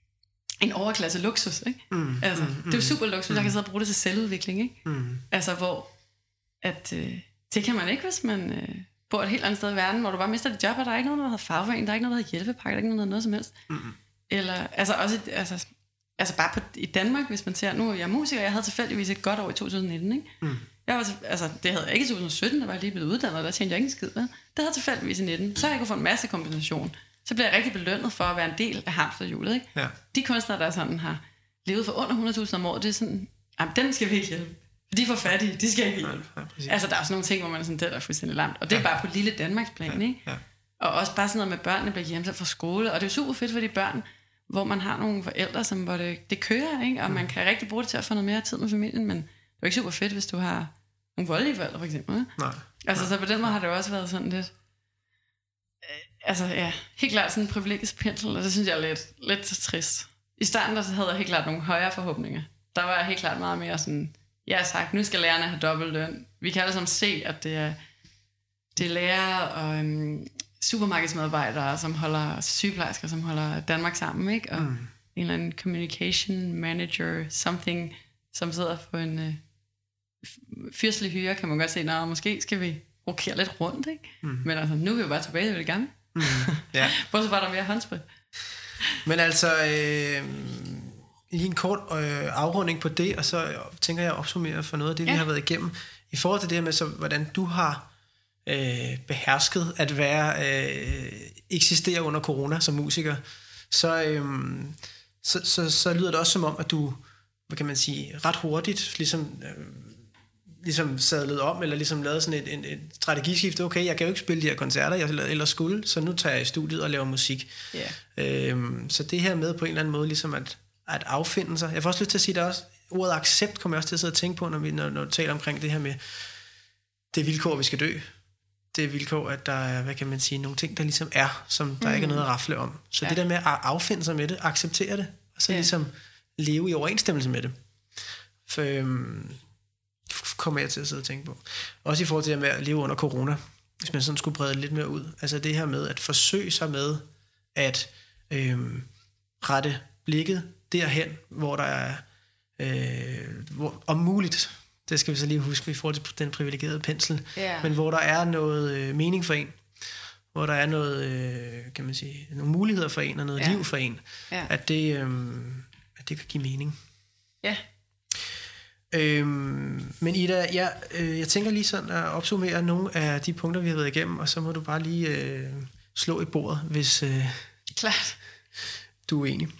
en overklasse luksus, ikke? Mm, altså, mm, det er jo super luksus, mm. jeg kan sidde og bruge det til selvudvikling, ikke? Mm. Altså, hvor at, øh, det kan man ikke, hvis man øh, bor et helt andet sted i verden, hvor du bare mister dit job, og der er ikke noget, der hedder fagforening, der er ikke noget, der hedder hjælpepakke, der er ikke noget, der hedder noget som helst. Mm. Eller, altså også, altså, altså bare på, i Danmark, hvis man ser, nu er jeg musiker, jeg havde tilfældigvis et godt år i to tusind nitten, ikke? Mm. Jeg var, altså, det havde jeg ikke i to tusind sytten, der var jeg lige blevet uddannet, og der tjente jeg ikke en skid med. Det havde tilfældigvis i nitten. Så har jeg kunne få en masse kompensation. Så bliver jeg rigtig belønnet for at være en del af hamsterhjulet, ikke? Ja. De kunstnere, der sådan har levet for under hundrede tusind om året, det er sådan, jamen, den skal vi ikke hjælpe. De er for fattige, de skal ikke hjælpe. Ja, ja, altså, der er også nogle ting, hvor man er sådan, det er fuldstændig lamt. Og det er ja. bare på lille Danmarksplan, ja, ikke? Ja. Og også bare sådan noget med børnene bliver hjemsendt fra skole. Og det er jo super fedt for de børn, hvor man har nogle forældre, som, hvor det, det kører, ikke? Og mm. man kan rigtig bruge det til at få noget mere tid med familien, men det er jo ikke super fedt, hvis du har nogle voldelige forældre, for eksempel. Ikke? Nej. Altså, Nej. Så på den måde har det jo også været sådan lidt... Øh, altså, ja, helt klart sådan en privilegisk pensel, og det synes jeg er lidt, lidt så trist. I starten der havde jeg helt klart nogle højere forhåbninger. Der var jeg helt klart meget mere sådan... Ja, sagt, nu skal lærerne have dobbelt løn. Vi kan alle sammen se, at det er, det er lærere og øhm, supermarkedsmedarbejdere, som holder sygeplejersker, som holder Danmark sammen, ikke? Og mm. en eller anden communication manager, something, som sidder på en... Øh, fyrstelig hyre, kan man godt se, nå, måske skal vi rokere lidt rundt, ikke? Mm. Men altså, nu er vi jo bare tilbage til det gamle. Mm. Ja. Bortset bare, der er mere håndsprit. Men altså, øh, lige en kort øh, afrunding på det, og så tænker jeg at opsummere for noget af det, ja. vi har været igennem. I forhold til det her med, så, hvordan du har øh, behersket at være, øh, eksistere under corona som musiker, så, øh, så, så, så lyder det også som om, at du, hvad kan man sige, ret hurtigt, ligesom... Øh, ligesom sadlet om, eller ligesom lavet sådan et, et, et strategiskift. Okay, jeg kan jo ikke spille de her koncerter, jeg ellers skulle, så nu tager jeg i studiet og laver musik. Yeah. Øhm, så det her med på en eller anden måde, ligesom at, at affinde sig. Jeg får også lyst til at sige det også. Ordet accept kommer jeg også til at sidde og tænke på, når vi når, når vi taler omkring det her med det vilkår, vi skal dø. Det vilkår, at der er, hvad kan man sige, nogle ting, der ligesom er, som der mm. ikke er noget at rafle om. Så ja. det der med at affinde sig med det, acceptere det, og så yeah. ligesom leve i overensstemmelse med det. For... Øhm, kommer jeg til at sidde og tænke på. Også i forhold til det med at leve under corona, hvis man sådan skulle brede lidt mere ud. Altså det her med at forsøge sig med at øhm, rette blikket derhen, hvor der er øh, hvor, om muligt, det skal vi så lige huske i forhold til den privilegerede pensel, yeah. men hvor der er noget øh, mening for en, hvor der er noget, øh, kan man sige, nogle muligheder for en og noget yeah. liv for en, yeah. at det øh, at det kan give mening. Ja. Øhm, men Ida, jeg, øh, jeg tænker lige sådan at opsummere nogle af de punkter, vi har været igennem, og så må du bare lige øh, slå i bordet, hvis øh, Klart. du er enig.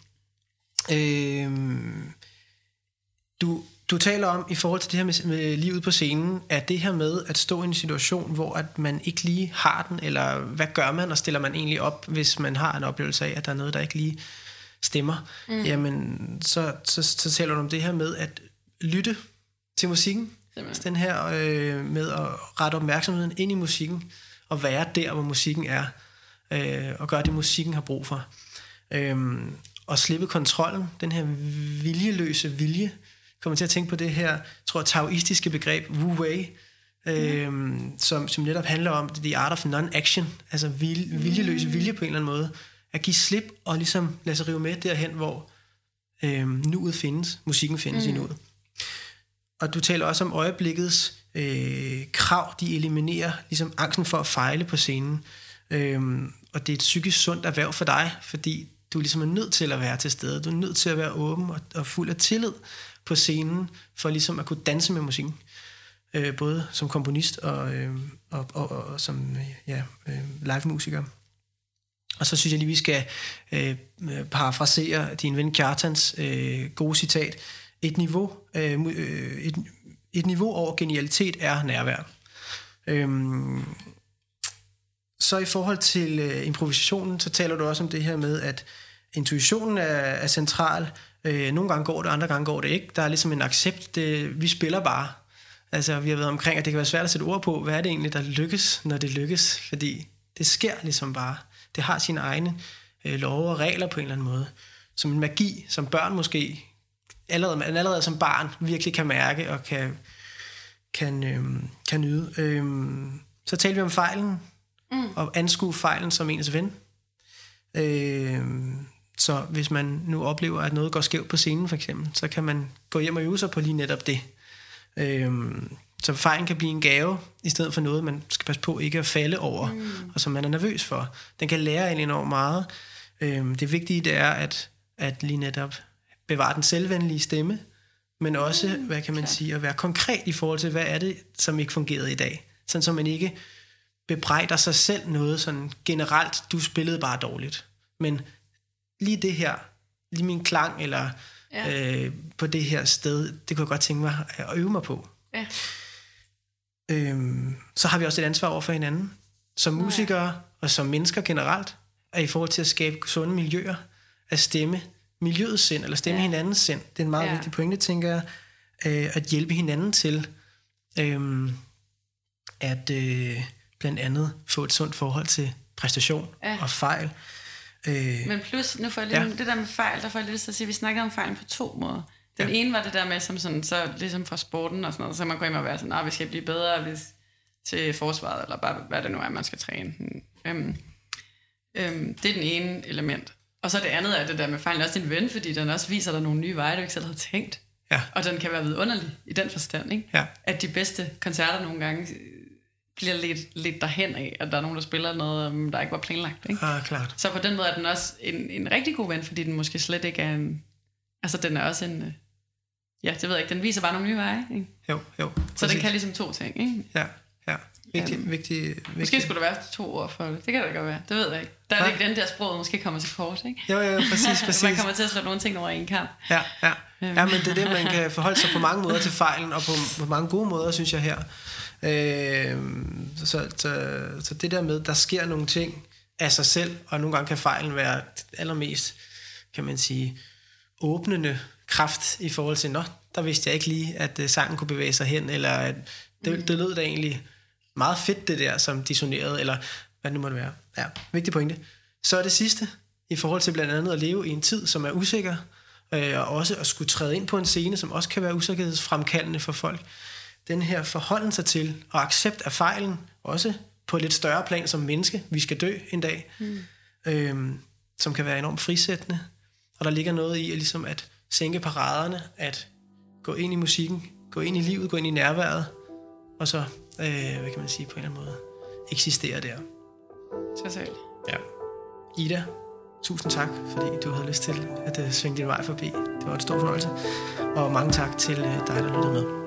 Øhm, du, du taler om, i forhold til det her med, med livet på scenen, at det her med at stå i en situation, hvor at man ikke lige har den, eller hvad gør man, og stiller man egentlig op, hvis man har en oplevelse af, at der er noget, der ikke lige stemmer, mm. jamen så, så, så taler du om det her med at lytte til musikken, altså den her øh, med at rette opmærksomheden ind i musikken, og være der, hvor musikken er, øh, og gøre det, musikken har brug for. Øhm, og slippe kontrollen, den her viljeløse vilje. Jeg kommer til at tænke på det her, tror jeg, taoistiske begreb, Wu Wei, øhm, mm. som, som netop handler om the art of non-action, altså vil, viljeløse vilje på en eller anden måde. At give slip og ligesom lade sig rive med derhen, hvor øhm, nuet findes, musikken findes mm. i nuet. Og du taler også om øjeblikkets øh, krav, de eliminerer ligesom angsten for at fejle på scenen. Øhm, og det er et psykisk sundt erhverv for dig, fordi du ligesom er nødt til at være til stede. Du er nødt til at være åben og, og fuld af tillid på scenen, for ligesom at kunne danse med musikken. Øh, både som komponist og, øh, og, og, og, og som ja, øh, live-musiker. Og så synes jeg lige, vi skal øh, parafrasere din ven Kjartans øh, gode citat. Et niveau, øh, et, et niveau over genialitet er nærvær. Øhm, så i forhold til øh, improvisationen, så taler du også om det her med, at intuitionen er, er central. Øh, nogle gange går det, andre gange går det ikke. Der er ligesom en accept. Det, vi spiller bare. Altså, vi har været omkring, at det kan være svært at sætte ord på, hvad er det egentlig, der lykkes, når det lykkes. Fordi det sker ligesom bare. Det har sine egne øh, love og regler på en eller anden måde. Som en magi, som børn måske allerede, man allerede som barn virkelig kan mærke og kan, kan, øhm, kan nyde. Øhm, så taler vi om fejlen, mm. og anskue fejlen som ens ven. Øhm, så hvis man nu oplever, at noget går skævt på scenen for eksempel, så kan man gå hjem og øve sig på lige netop det. Øhm, så fejlen kan blive en gave, i stedet for noget, man skal passe på ikke at falde over, mm. og som man er nervøs for. Den kan lære en enormt meget. Øhm, det vigtige det er, at, at lige netop bevare den selvvenlige stemme, men også, mm, hvad kan man klar. sige, at være konkret i forhold til, hvad er det, som ikke fungerede i dag. Sådan, så man ikke bebrejder sig selv noget sådan generelt, du spillede bare dårligt. Men lige det her, lige min klang, eller ja. øh, på det her sted, det kunne jeg godt tænke mig at øve mig på. Ja. Øhm, så har vi også et ansvar over for hinanden, som musikere ja. og som mennesker generelt, er i forhold til at skabe sunde miljøer, at stemme miljøets sind, eller stemme ja. hinandens sind. Det er en meget ja. vigtig pointe, tænker jeg, øh, at hjælpe hinanden til øh, at øh, blandt andet få et sundt forhold til præstation ja. og fejl. Øh, Men plus, nu får jeg lige, ja. det der med fejl, der får jeg lidt at sige, vi snakker om fejlen på to måder. Den ja. ene var det der med, som sådan, så ligesom fra sporten og sådan noget, så man går ind og være sådan, ah, vi skal blive bedre hvis, til forsvaret, eller bare hvad det nu er, man skal træne. Øhm, øhm, det er den ene element. Og så det andet er det der med fejlen også en ven, fordi den også viser dig nogle nye veje, du ikke selv havde tænkt. Ja. Og den kan være vidunderlig i den forstand, ikke? Ja. At de bedste koncerter nogle gange bliver lidt, lidt derhen af, at der er nogen, der spiller noget, der ikke var planlagt, ikke? Ah, klart. Så på den måde er den også en, en rigtig god ven, fordi den måske slet ikke er en... Altså, den er også en... Ja, det ved jeg ikke, den viser bare nogle nye veje, ikke? Jo, jo. Præcis. Så den kan ligesom to ting, ikke? Ja, ja. Vigtig, um, vigtig, vigtig. Måske skulle der være to ord for det. Det kan det godt være. Det ved jeg ikke. Der er ja. ikke den der sprog, måske kommer til kort, ikke? Jo, jo, præcis, præcis. Man kommer til at slå nogle ting over en kamp. Ja, ja. Ja, men det er det, man kan forholde sig på mange måder til fejlen, og på, på mange gode måder, synes jeg her. Øh, så, så, så det der med, der sker nogle ting af sig selv, og nogle gange kan fejlen være allermest, kan man sige, åbnende kraft i forhold til, nå, der vidste jeg ikke lige, at uh, sangen kunne bevæge sig hen, eller at det, mm. det lød da egentlig meget fedt, det der, som dissonerede, eller hvad det nu måtte være. Ja, vigtig pointe. Så er det sidste, i forhold til blandt andet at leve i en tid, som er usikker, øh, og også at skulle træde ind på en scene, som også kan være usikkerhedsfremkaldende for folk. Den her forholden sig til, og accept af fejlen, også på et lidt større plan som menneske, vi skal dø en dag, mm. øh, som kan være enormt frisættende. Og der ligger noget i at, ligesom at sænke paraderne, at gå ind i musikken, gå ind i livet, gå ind i nærværet, og så, øh, hvad kan man sige, på en eller anden måde, eksistere der. Totalt. Ja. Ida, tusind tak, fordi du havde lyst til at uh, svinge din vej forbi. Det var en stor fornøjelse. Og mange tak til uh, dig, der lyttede med.